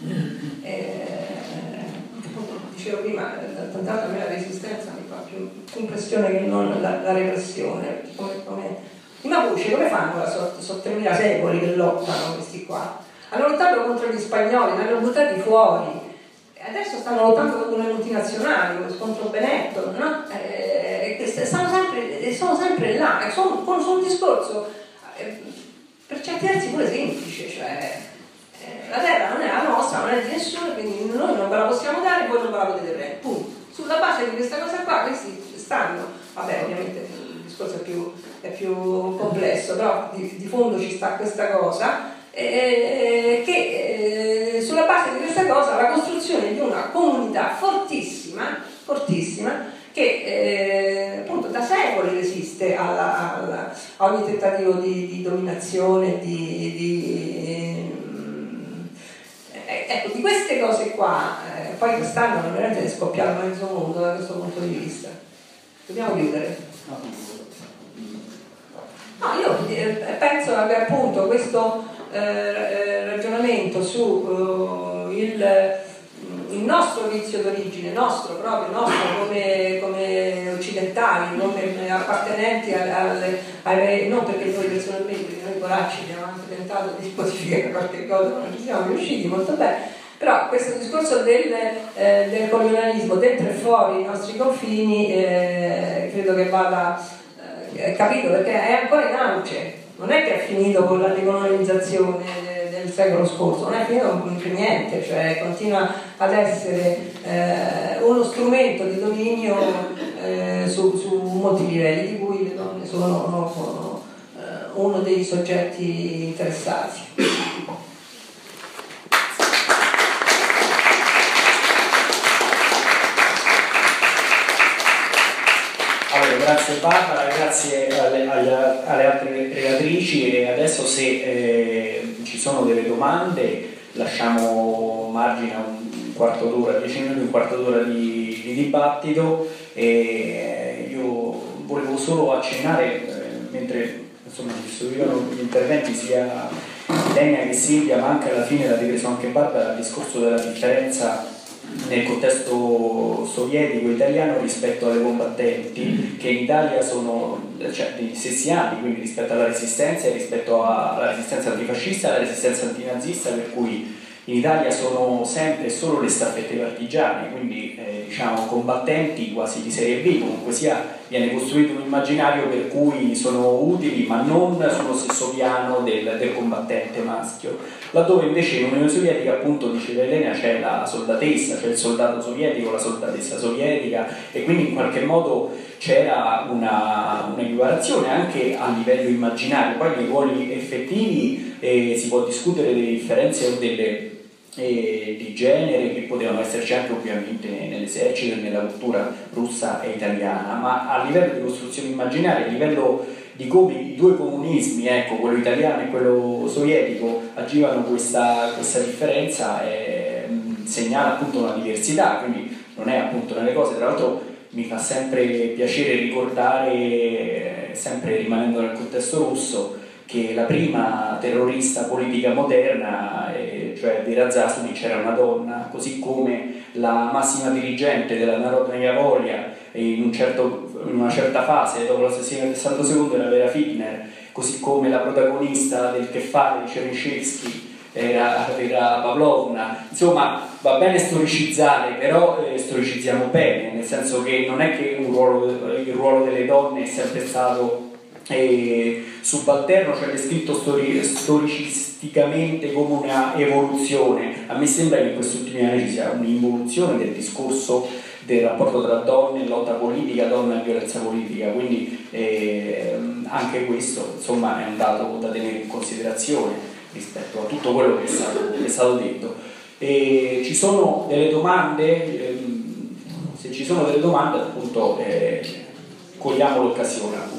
Dicevo prima, tanto a me la resistenza mi fa più impressione che non la repressione. I Mapuche come fanno? Sono 3.000 secoli che lottano questi qua. Hanno lottato contro gli spagnoli, li hanno buttati fuori. Adesso stanno lottando contro le multinazionali, contro Benetton, no? Sono sempre là, sono un discorso per certi versi pure semplice, cioè la terra non è la nostra, non è di nessuno, quindi noi non ve la possiamo dare, voi non ve la potete prendere, punto. Sulla base di questa cosa qua questi stanno, vabbè ovviamente il discorso è più complesso, però di fondo ci sta questa cosa, che sulla base di questa cosa la costruzione di una comunità fortissima che appunto da secoli resiste a ogni tentativo di dominazione, ecco, di queste cose qua, poi quest'anno veramente è scoppiato mezzo mondo da questo punto di vista. Dobbiamo chiudere. No, io penso che appunto questo ragionamento su il nostro vizio d'origine, nostro come occidentali, come appartenenti non perché noi personalmente, perché noi poracci abbiamo anche tentato di modificare qualche cosa, ma non ci siamo riusciti molto bene, però questo discorso del colonialismo dentro e fuori i nostri confini credo che vada capito, perché è ancora in auge, non è che è finito con la decolonizzazione del secolo scorso, non è finito per niente, cioè continua ad essere uno strumento di dominio su molti livelli, di cui le donne sono uno dei soggetti interessati.
Allora, grazie Barbara, grazie alle altre relatrici, e adesso se ci sono delle domande lasciamo margine a un quarto d'ora, 10 minuti, un quarto d'ora di dibattito. E io volevo solo accennare, mentre insomma ci seguivano gli interventi sia Lenia che Silvia, ma anche alla fine l'ha ripreso anche Barbara, il discorso della differenza nel contesto sovietico italiano rispetto alle combattenti, che in Italia sono, cioè, degli stessi anni, quindi rispetto alla resistenza e rispetto alla resistenza antifascista e alla resistenza antinazista, per cui in Italia sono sempre e solo le staffette partigiane, quindi diciamo combattenti quasi di serie B, comunque sia viene costruito un immaginario per cui sono utili ma non sullo stesso piano del combattente maschio, laddove invece in Unione Sovietica, appunto diceva Elena, c'è la soldatessa, c'è il soldato sovietico, la soldatessa sovietica, e quindi in qualche modo c'era una equiparazione anche a livello immaginario. Poi nei ruoli effettivi si può discutere delle differenze o delle di genere che potevano esserci anche ovviamente nell'esercito e nella cultura russa e italiana, ma a livello di costruzione immaginaria, a livello di come i due comunismi, ecco, quello italiano e quello sovietico, agivano questa differenza, segnala appunto una diversità, quindi non è appunto nelle cose. Tra l'altro mi fa sempre piacere ricordare, sempre rimanendo nel contesto russo, che la prima terrorista politica moderna, cioè Vera Zasulich, era una donna, così come la massima dirigente della Narodnaya Volia in una certa fase dopo l'assassinio del Santo II era Vera Figner, così come la protagonista del Che fare di Chernyshevsky era Pavlovna. Insomma, va bene storicizzare, però storicizziamo bene, nel senso che non è che il ruolo delle donne è sempre stato subalterno, cioè descritto storicisticamente come una evoluzione. A me sembra che in questi ultimi anni ci sia un'involuzione del discorso del rapporto tra donne e lotta politica, donna e violenza politica, quindi anche questo insomma è un dato da tenere in considerazione rispetto a tutto quello che è stato detto. Ci sono delle domande? Se ci sono delle domande, appunto, cogliamo l'occasione, appunto.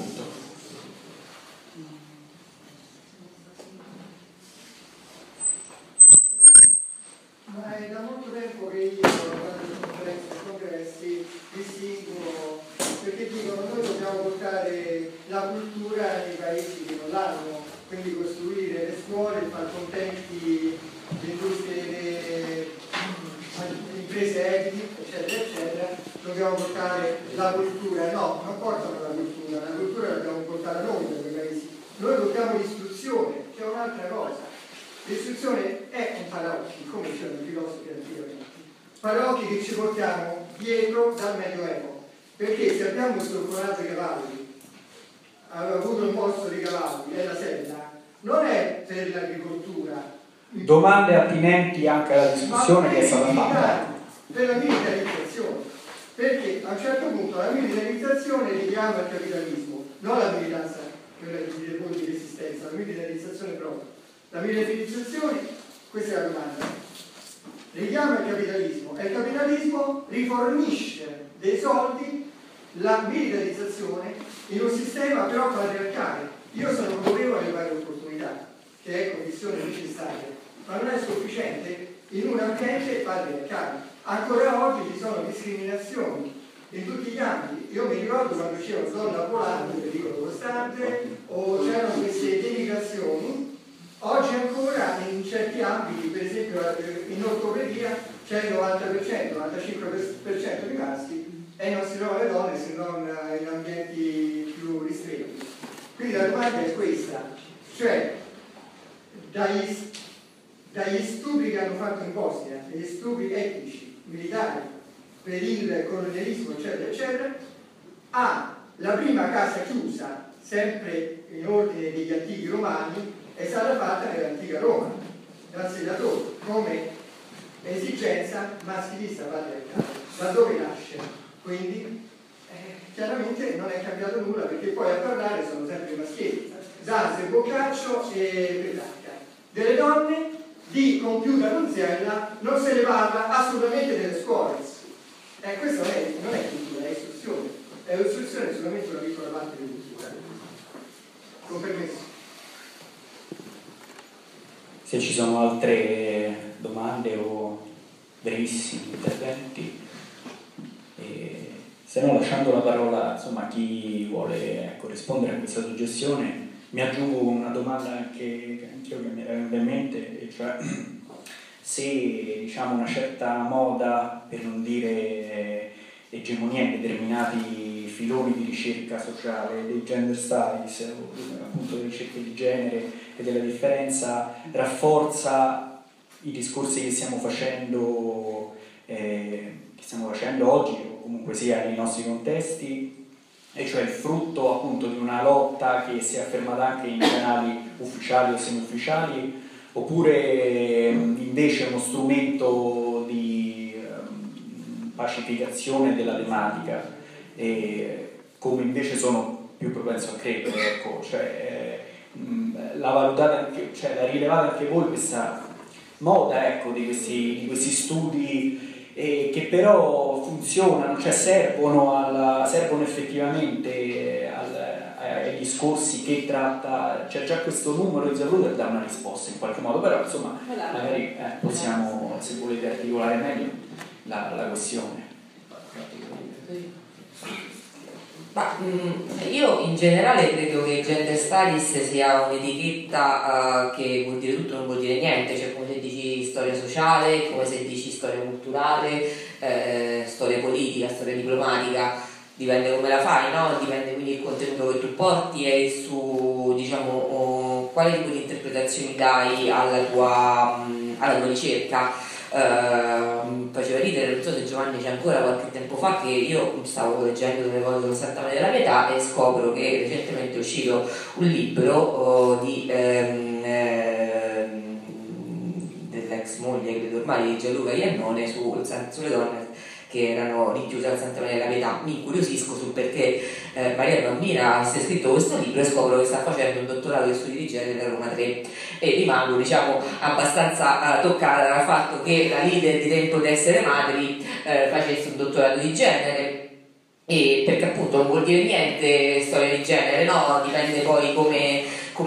Ma è da molto tempo che io, durante le conferenze e congressi, distinguo, perché dicono noi dobbiamo portare la cultura nei paesi che non l'hanno, quindi costruire le scuole, far contenti le industrie, le imprese etiche, eccetera, eccetera. Dobbiamo portare la cultura. No, non portano la cultura la dobbiamo portare noi da quei paesi. Noi portiamo l'istruzione, che è un'altra cosa. L'istruzione è un paraocchi, come dicevano i filosofi anticamente, paraocchi che ci portiamo dietro dal Medioevo, perché se abbiamo storconato i cavalli, aveva avuto un posto di cavalli e la sella, non è per l'agricoltura.
Domande attinenti anche alla discussione che è stata fatta.
Per la militarizzazione, perché a un certo punto la militarizzazione richiama il capitalismo, non la militanza, quella di resistenza, la militarizzazione proprio. La militarizzazione, questa è la domanda, richiama il capitalismo e il capitalismo rifornisce dei soldi la militarizzazione in un sistema però patriarcale. Io sono favorevole alle pari opportunità, che è condizione necessaria, ma non è sufficiente in un ambiente patriarcale. Ancora oggi ci sono discriminazioni in tutti gli ambiti. Io mi ricordo quando c'era donna volante, pericolo costante, o c'erano queste denigrazioni. Oggi ancora in certi ambiti, per esempio in ortopedia, c'è il 90%, 95% di maschi e non si trova le donne se non in ambienti più ristretti. Quindi la domanda è questa, cioè dagli stupri che hanno fatto in Bosnia, degli stupri etnici, militari, per il colonialismo, eccetera, eccetera, la prima casa chiusa, sempre in ordine degli antichi romani, è stata fatta nell'antica Roma, dal senatore, come esigenza maschilista patriarcale. Da dove nasce? Quindi chiaramente non è cambiato nulla, perché poi a parlare sono sempre i maschietti, Zanzi, Boccaccio e Petrarca. Delle donne di compiuta donzella non se ne parla assolutamente nelle scuole. Questo non è cultura, è istruzione. È istruzione solamente una piccola parte di cultura. Con permesso.
Se ci sono altre domande o brevissimi interventi, se no, lasciando la parola insomma, a chi vuole rispondere a questa suggestione, mi aggiungo una domanda che anch'io mi era venuta in mente, e cioè se diciamo, una certa moda, per non dire egemonia in determinati filoni di ricerca sociale, dei gender studies, appunto delle ricerche di genere e della differenza, rafforza i discorsi che stiamo facendo oggi, o comunque sia nei nostri contesti, e cioè il frutto appunto di una lotta che si è affermata anche in canali ufficiali o semi-ufficiali, oppure invece uno strumento di pacificazione della tematica, come invece sono più propenso a credere, ecco, la rilevate anche voi questa moda, ecco, di questi studi che però funzionano, cioè servono effettivamente ai discorsi che tratta, c'è già questo numero di Zapruder dà una risposta in qualche modo, però insomma magari possiamo, se volete articolare meglio la questione.
Ma io in generale credo che gender studies sia un'etichetta che vuol dire tutto e non vuol dire niente, cioè come se dici storia sociale, come se dici storia culturale, storia politica, storia diplomatica, dipende come la fai, no? Dipende quindi il contenuto che tu porti e su, diciamo, quale tipo di interpretazioni dai alla tua ricerca. Faceva ridere, non so se Giovanni c'è ancora, qualche tempo fa che io stavo leggendo delle cose sullo Santa Maria della Pietà e scopro che recentemente è uscito un libro dell'ex moglie, credo ormai, di Gianluca Iannone sulle donne che erano rinchiuse al Santa Maria della Pietà. Mi incuriosisco sul perché Maria Bambina si è scritto questo libro e scopro che sta facendo un dottorato di studi di genere da Roma 3 e rimango, diciamo, abbastanza toccata dal fatto che la leader di Tempo di essere madri facesse un dottorato di genere, e perché appunto non vuol dire niente storia di genere, no? Dipende poi come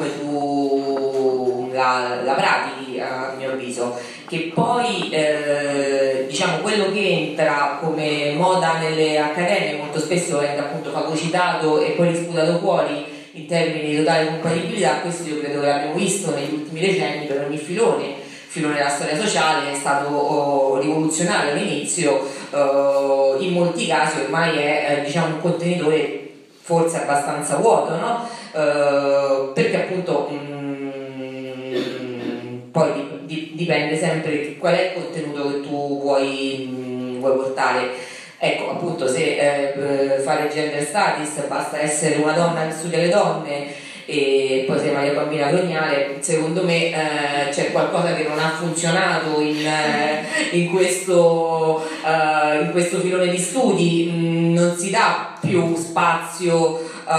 tu la pratichi, a mio avviso. Che poi diciamo quello che entra come moda nelle accademie molto spesso viene appunto fagocitato e poi risputato fuori in termini di totale compatibilità. Questo io credo che l'abbiamo visto negli ultimi decenni per ogni filone della storia sociale, è stato rivoluzionario all'inizio, in molti casi ormai è diciamo un contenitore forse abbastanza vuoto, no? Perché appunto poi dipende sempre qual è il contenuto che tu vuoi portare. Ecco, appunto, se fare gender studies basta essere una donna che studia le donne e poi sei Maria Bambina Grognale, secondo me c'è qualcosa che non ha funzionato in questo filone di studi. Non si dà più spazio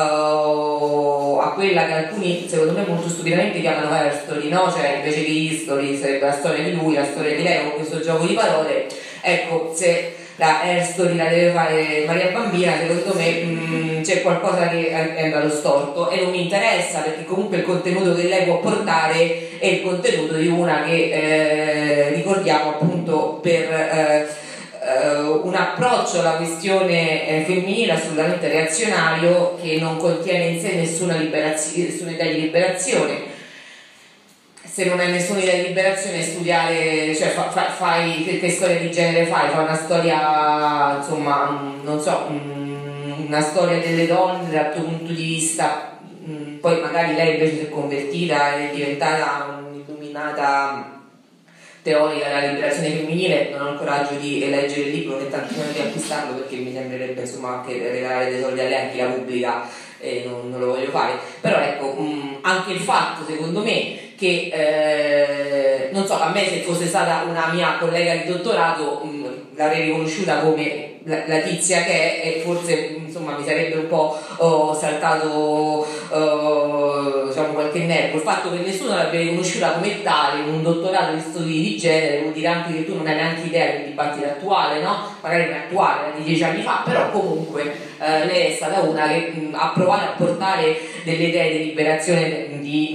a quella che alcuni, secondo me molto stupidamente, chiamano hair story, no? Cioè invece che history sarebbe la storia di lui, la storia di lei, con questo gioco di parole. Ecco, se la hair story la deve fare Maria Bambina, secondo me c'è qualcosa che è andato storto e non mi interessa, perché comunque il contenuto che lei può portare è il contenuto di una che ricordiamo appunto per un approccio alla questione femminile assolutamente reazionario, che non contiene in sé nessuna idea di liberazione. Se non hai nessuna idea di liberazione, studiare, cioè fai che storia di genere fai una storia, insomma, non so, una storia delle donne dal tuo punto di vista. Poi magari lei invece si è convertita ed è diventata un'illuminata teorica della liberazione femminile. Non ho il coraggio di leggere il libro, né tantomeno di acquistarlo, perché mi sembrerebbe insomma anche regalare dei soldi alle anche la pubblica, e non lo voglio fare. Però ecco, anche il fatto, secondo me, che non so, a me se fosse stata una mia collega di dottorato l'avrei riconosciuta come la tizia che è, e forse insomma mi sarebbe un po' saltato diciamo qualche nervo. Il fatto che nessuno l'abbia riconosciuta come tale, un dottorato di studi di genere, vuol dire anche che tu non hai neanche idea del dibattito attuale, no? Magari non è attuale, era di 10 anni fa, però comunque lei è stata una che ha provato a portare delle idee di liberazione,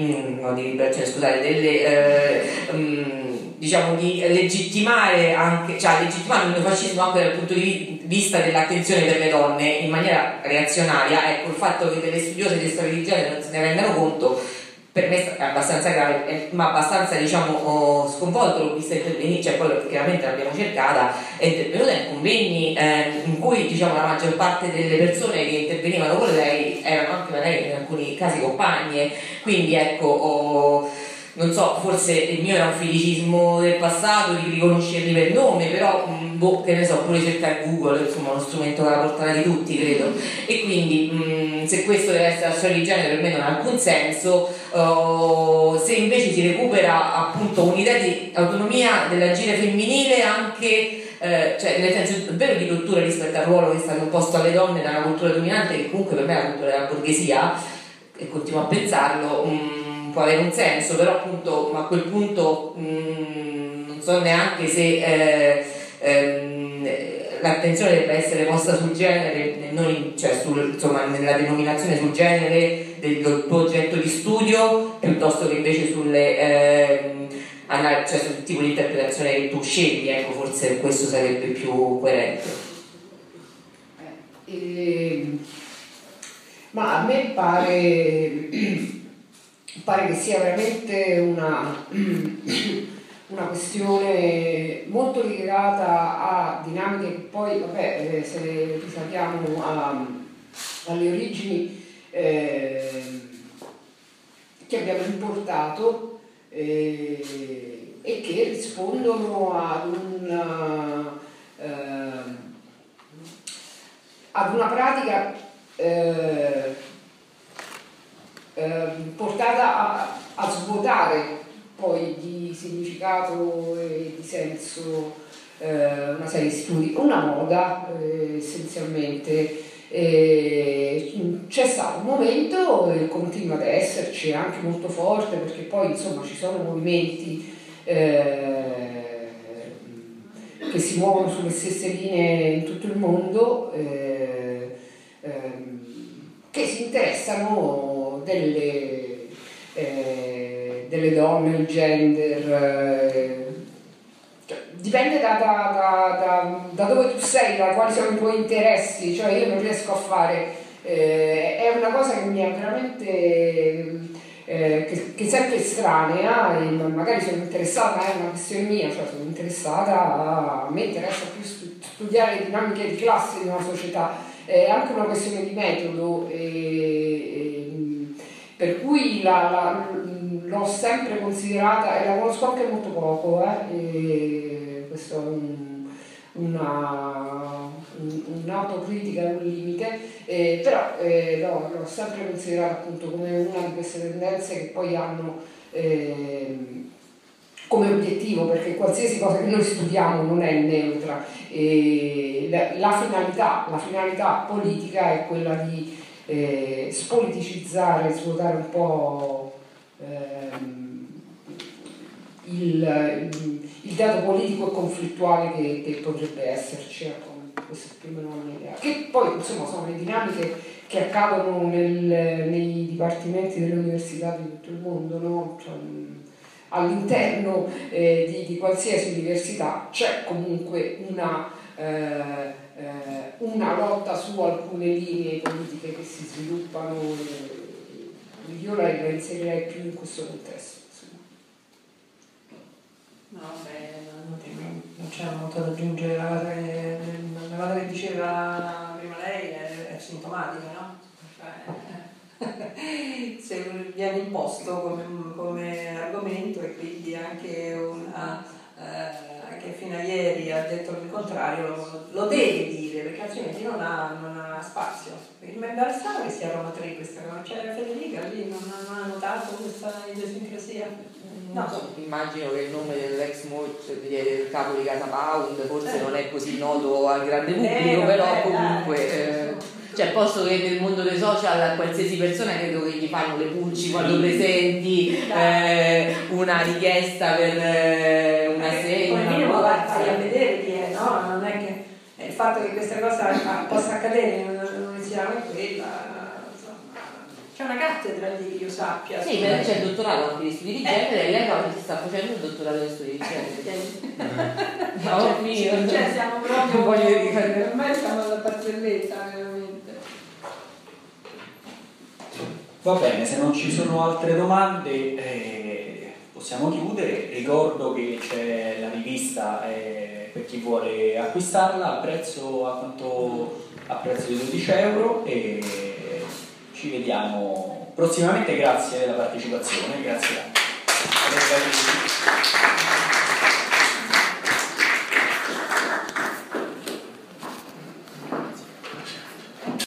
diciamo di legittimare anche, cioè legittimare il neofascismo anche dal punto di vista dell'attenzione per le donne in maniera reazionaria. Ecco, il fatto che delle studiose di storia di genere non se ne rendano conto per me è abbastanza grave, ma abbastanza diciamo sconvolto. L'ho vista intervenire, cioè poi chiaramente l'abbiamo cercata, è intervenuta in convegni in cui diciamo la maggior parte delle persone che intervenivano con lei erano anche magari in alcuni casi compagne, quindi ecco non so, forse il mio era un feticismo del passato di riconoscerli per nome, però che ne so, pure cercare Google, insomma, uno strumento alla portata di tutti, credo. E quindi se questo deve essere la storia di genere, per me non ha alcun senso. Se invece si recupera appunto un'idea di autonomia dell'agire femminile anche, cioè nel senso davvero di rottura rispetto al ruolo che è stato imposto alle donne da una cultura dominante, che comunque per me è la cultura della borghesia, e continuo a pensarlo, può avere un senso, però appunto a quel punto non so neanche se l'attenzione debba essere posta sul genere, cioè insomma, nella denominazione sul genere del tuo oggetto di studio, piuttosto che invece cioè sul tipo di interpretazione che tu scegli. Ecco, forse questo sarebbe più coerente.
Ma a me pare che sia veramente una questione molto legata a dinamiche che poi, vabbè, se risaliamo alle origini che abbiamo importato e che rispondono ad una pratica portata a svuotare poi di significato e di senso una serie di studi, una moda essenzialmente. C'è stato un momento e continua ad esserci anche molto forte, perché poi insomma ci sono movimenti che si muovono sulle stesse linee in tutto il mondo, che si interessano delle donne, il gender, dipende da dove tu sei, da quali sono i tuoi interessi. Cioè io non riesco a fare, è una cosa che mi è veramente che sempre estranea, e magari sono interessata, ma è una questione mia, cioè sono interessata, a me interessa più studiare le dinamiche di classe di una società. È anche una questione di metodo, per cui l'ho sempre considerata, e la conosco anche molto poco, questo è un'autocritica, è un limite, però l'ho sempre considerata appunto come una di queste tendenze che poi hanno come obiettivo, perché qualsiasi cosa che noi studiamo non è neutra, la finalità politica è quella di spoliticizzare, svuotare un po' il dato politico e conflittuale che potrebbe esserci. Questa è più o meno la mia idea, che poi insomma sono le dinamiche che accadono nei dipartimenti delle università di tutto il mondo, no? Cioè, all'interno di qualsiasi università c'è comunque una lotta su alcune linee politiche che si sviluppano, io la inserirei più in questo contesto.
No, non c'è molto da aggiungere. La cosa che diceva prima lei è sintomatica, no? Se viene imposto come argomento, e quindi anche una che fino a ieri ha detto il contrario, lo deve dire, perché altrimenti non ha spazio. Il Balsamo che sia a Roma 3 questa cosa, cioè Federica lì non ha notato questa idiosincrasia.
No, immagino che il nome dell'ex del capo di Casa Pound forse non è così noto al grande pubblico, però comunque cioè posto che nel mondo dei social a qualsiasi persona credo che gli fanno le pulci quando presenti una richiesta per una serie.
Come minimo vai a vedere chi è, no? Non è che il fatto che questa cosa possa accadere in un'università come quella, c'è una cattedra lì che io sappia.
Sì, però c'è il dottorato anche di studi di genere e lei si sta facendo il dottorato di studi di genere. No,
cioè siamo proprio ormai siamo alla barzelletta veramente.
Va bene, se non ci sono altre domande possiamo chiudere. Ricordo che c'è la rivista per chi vuole acquistarla a prezzo di 12 euro e ci vediamo prossimamente. Grazie della partecipazione, grazie.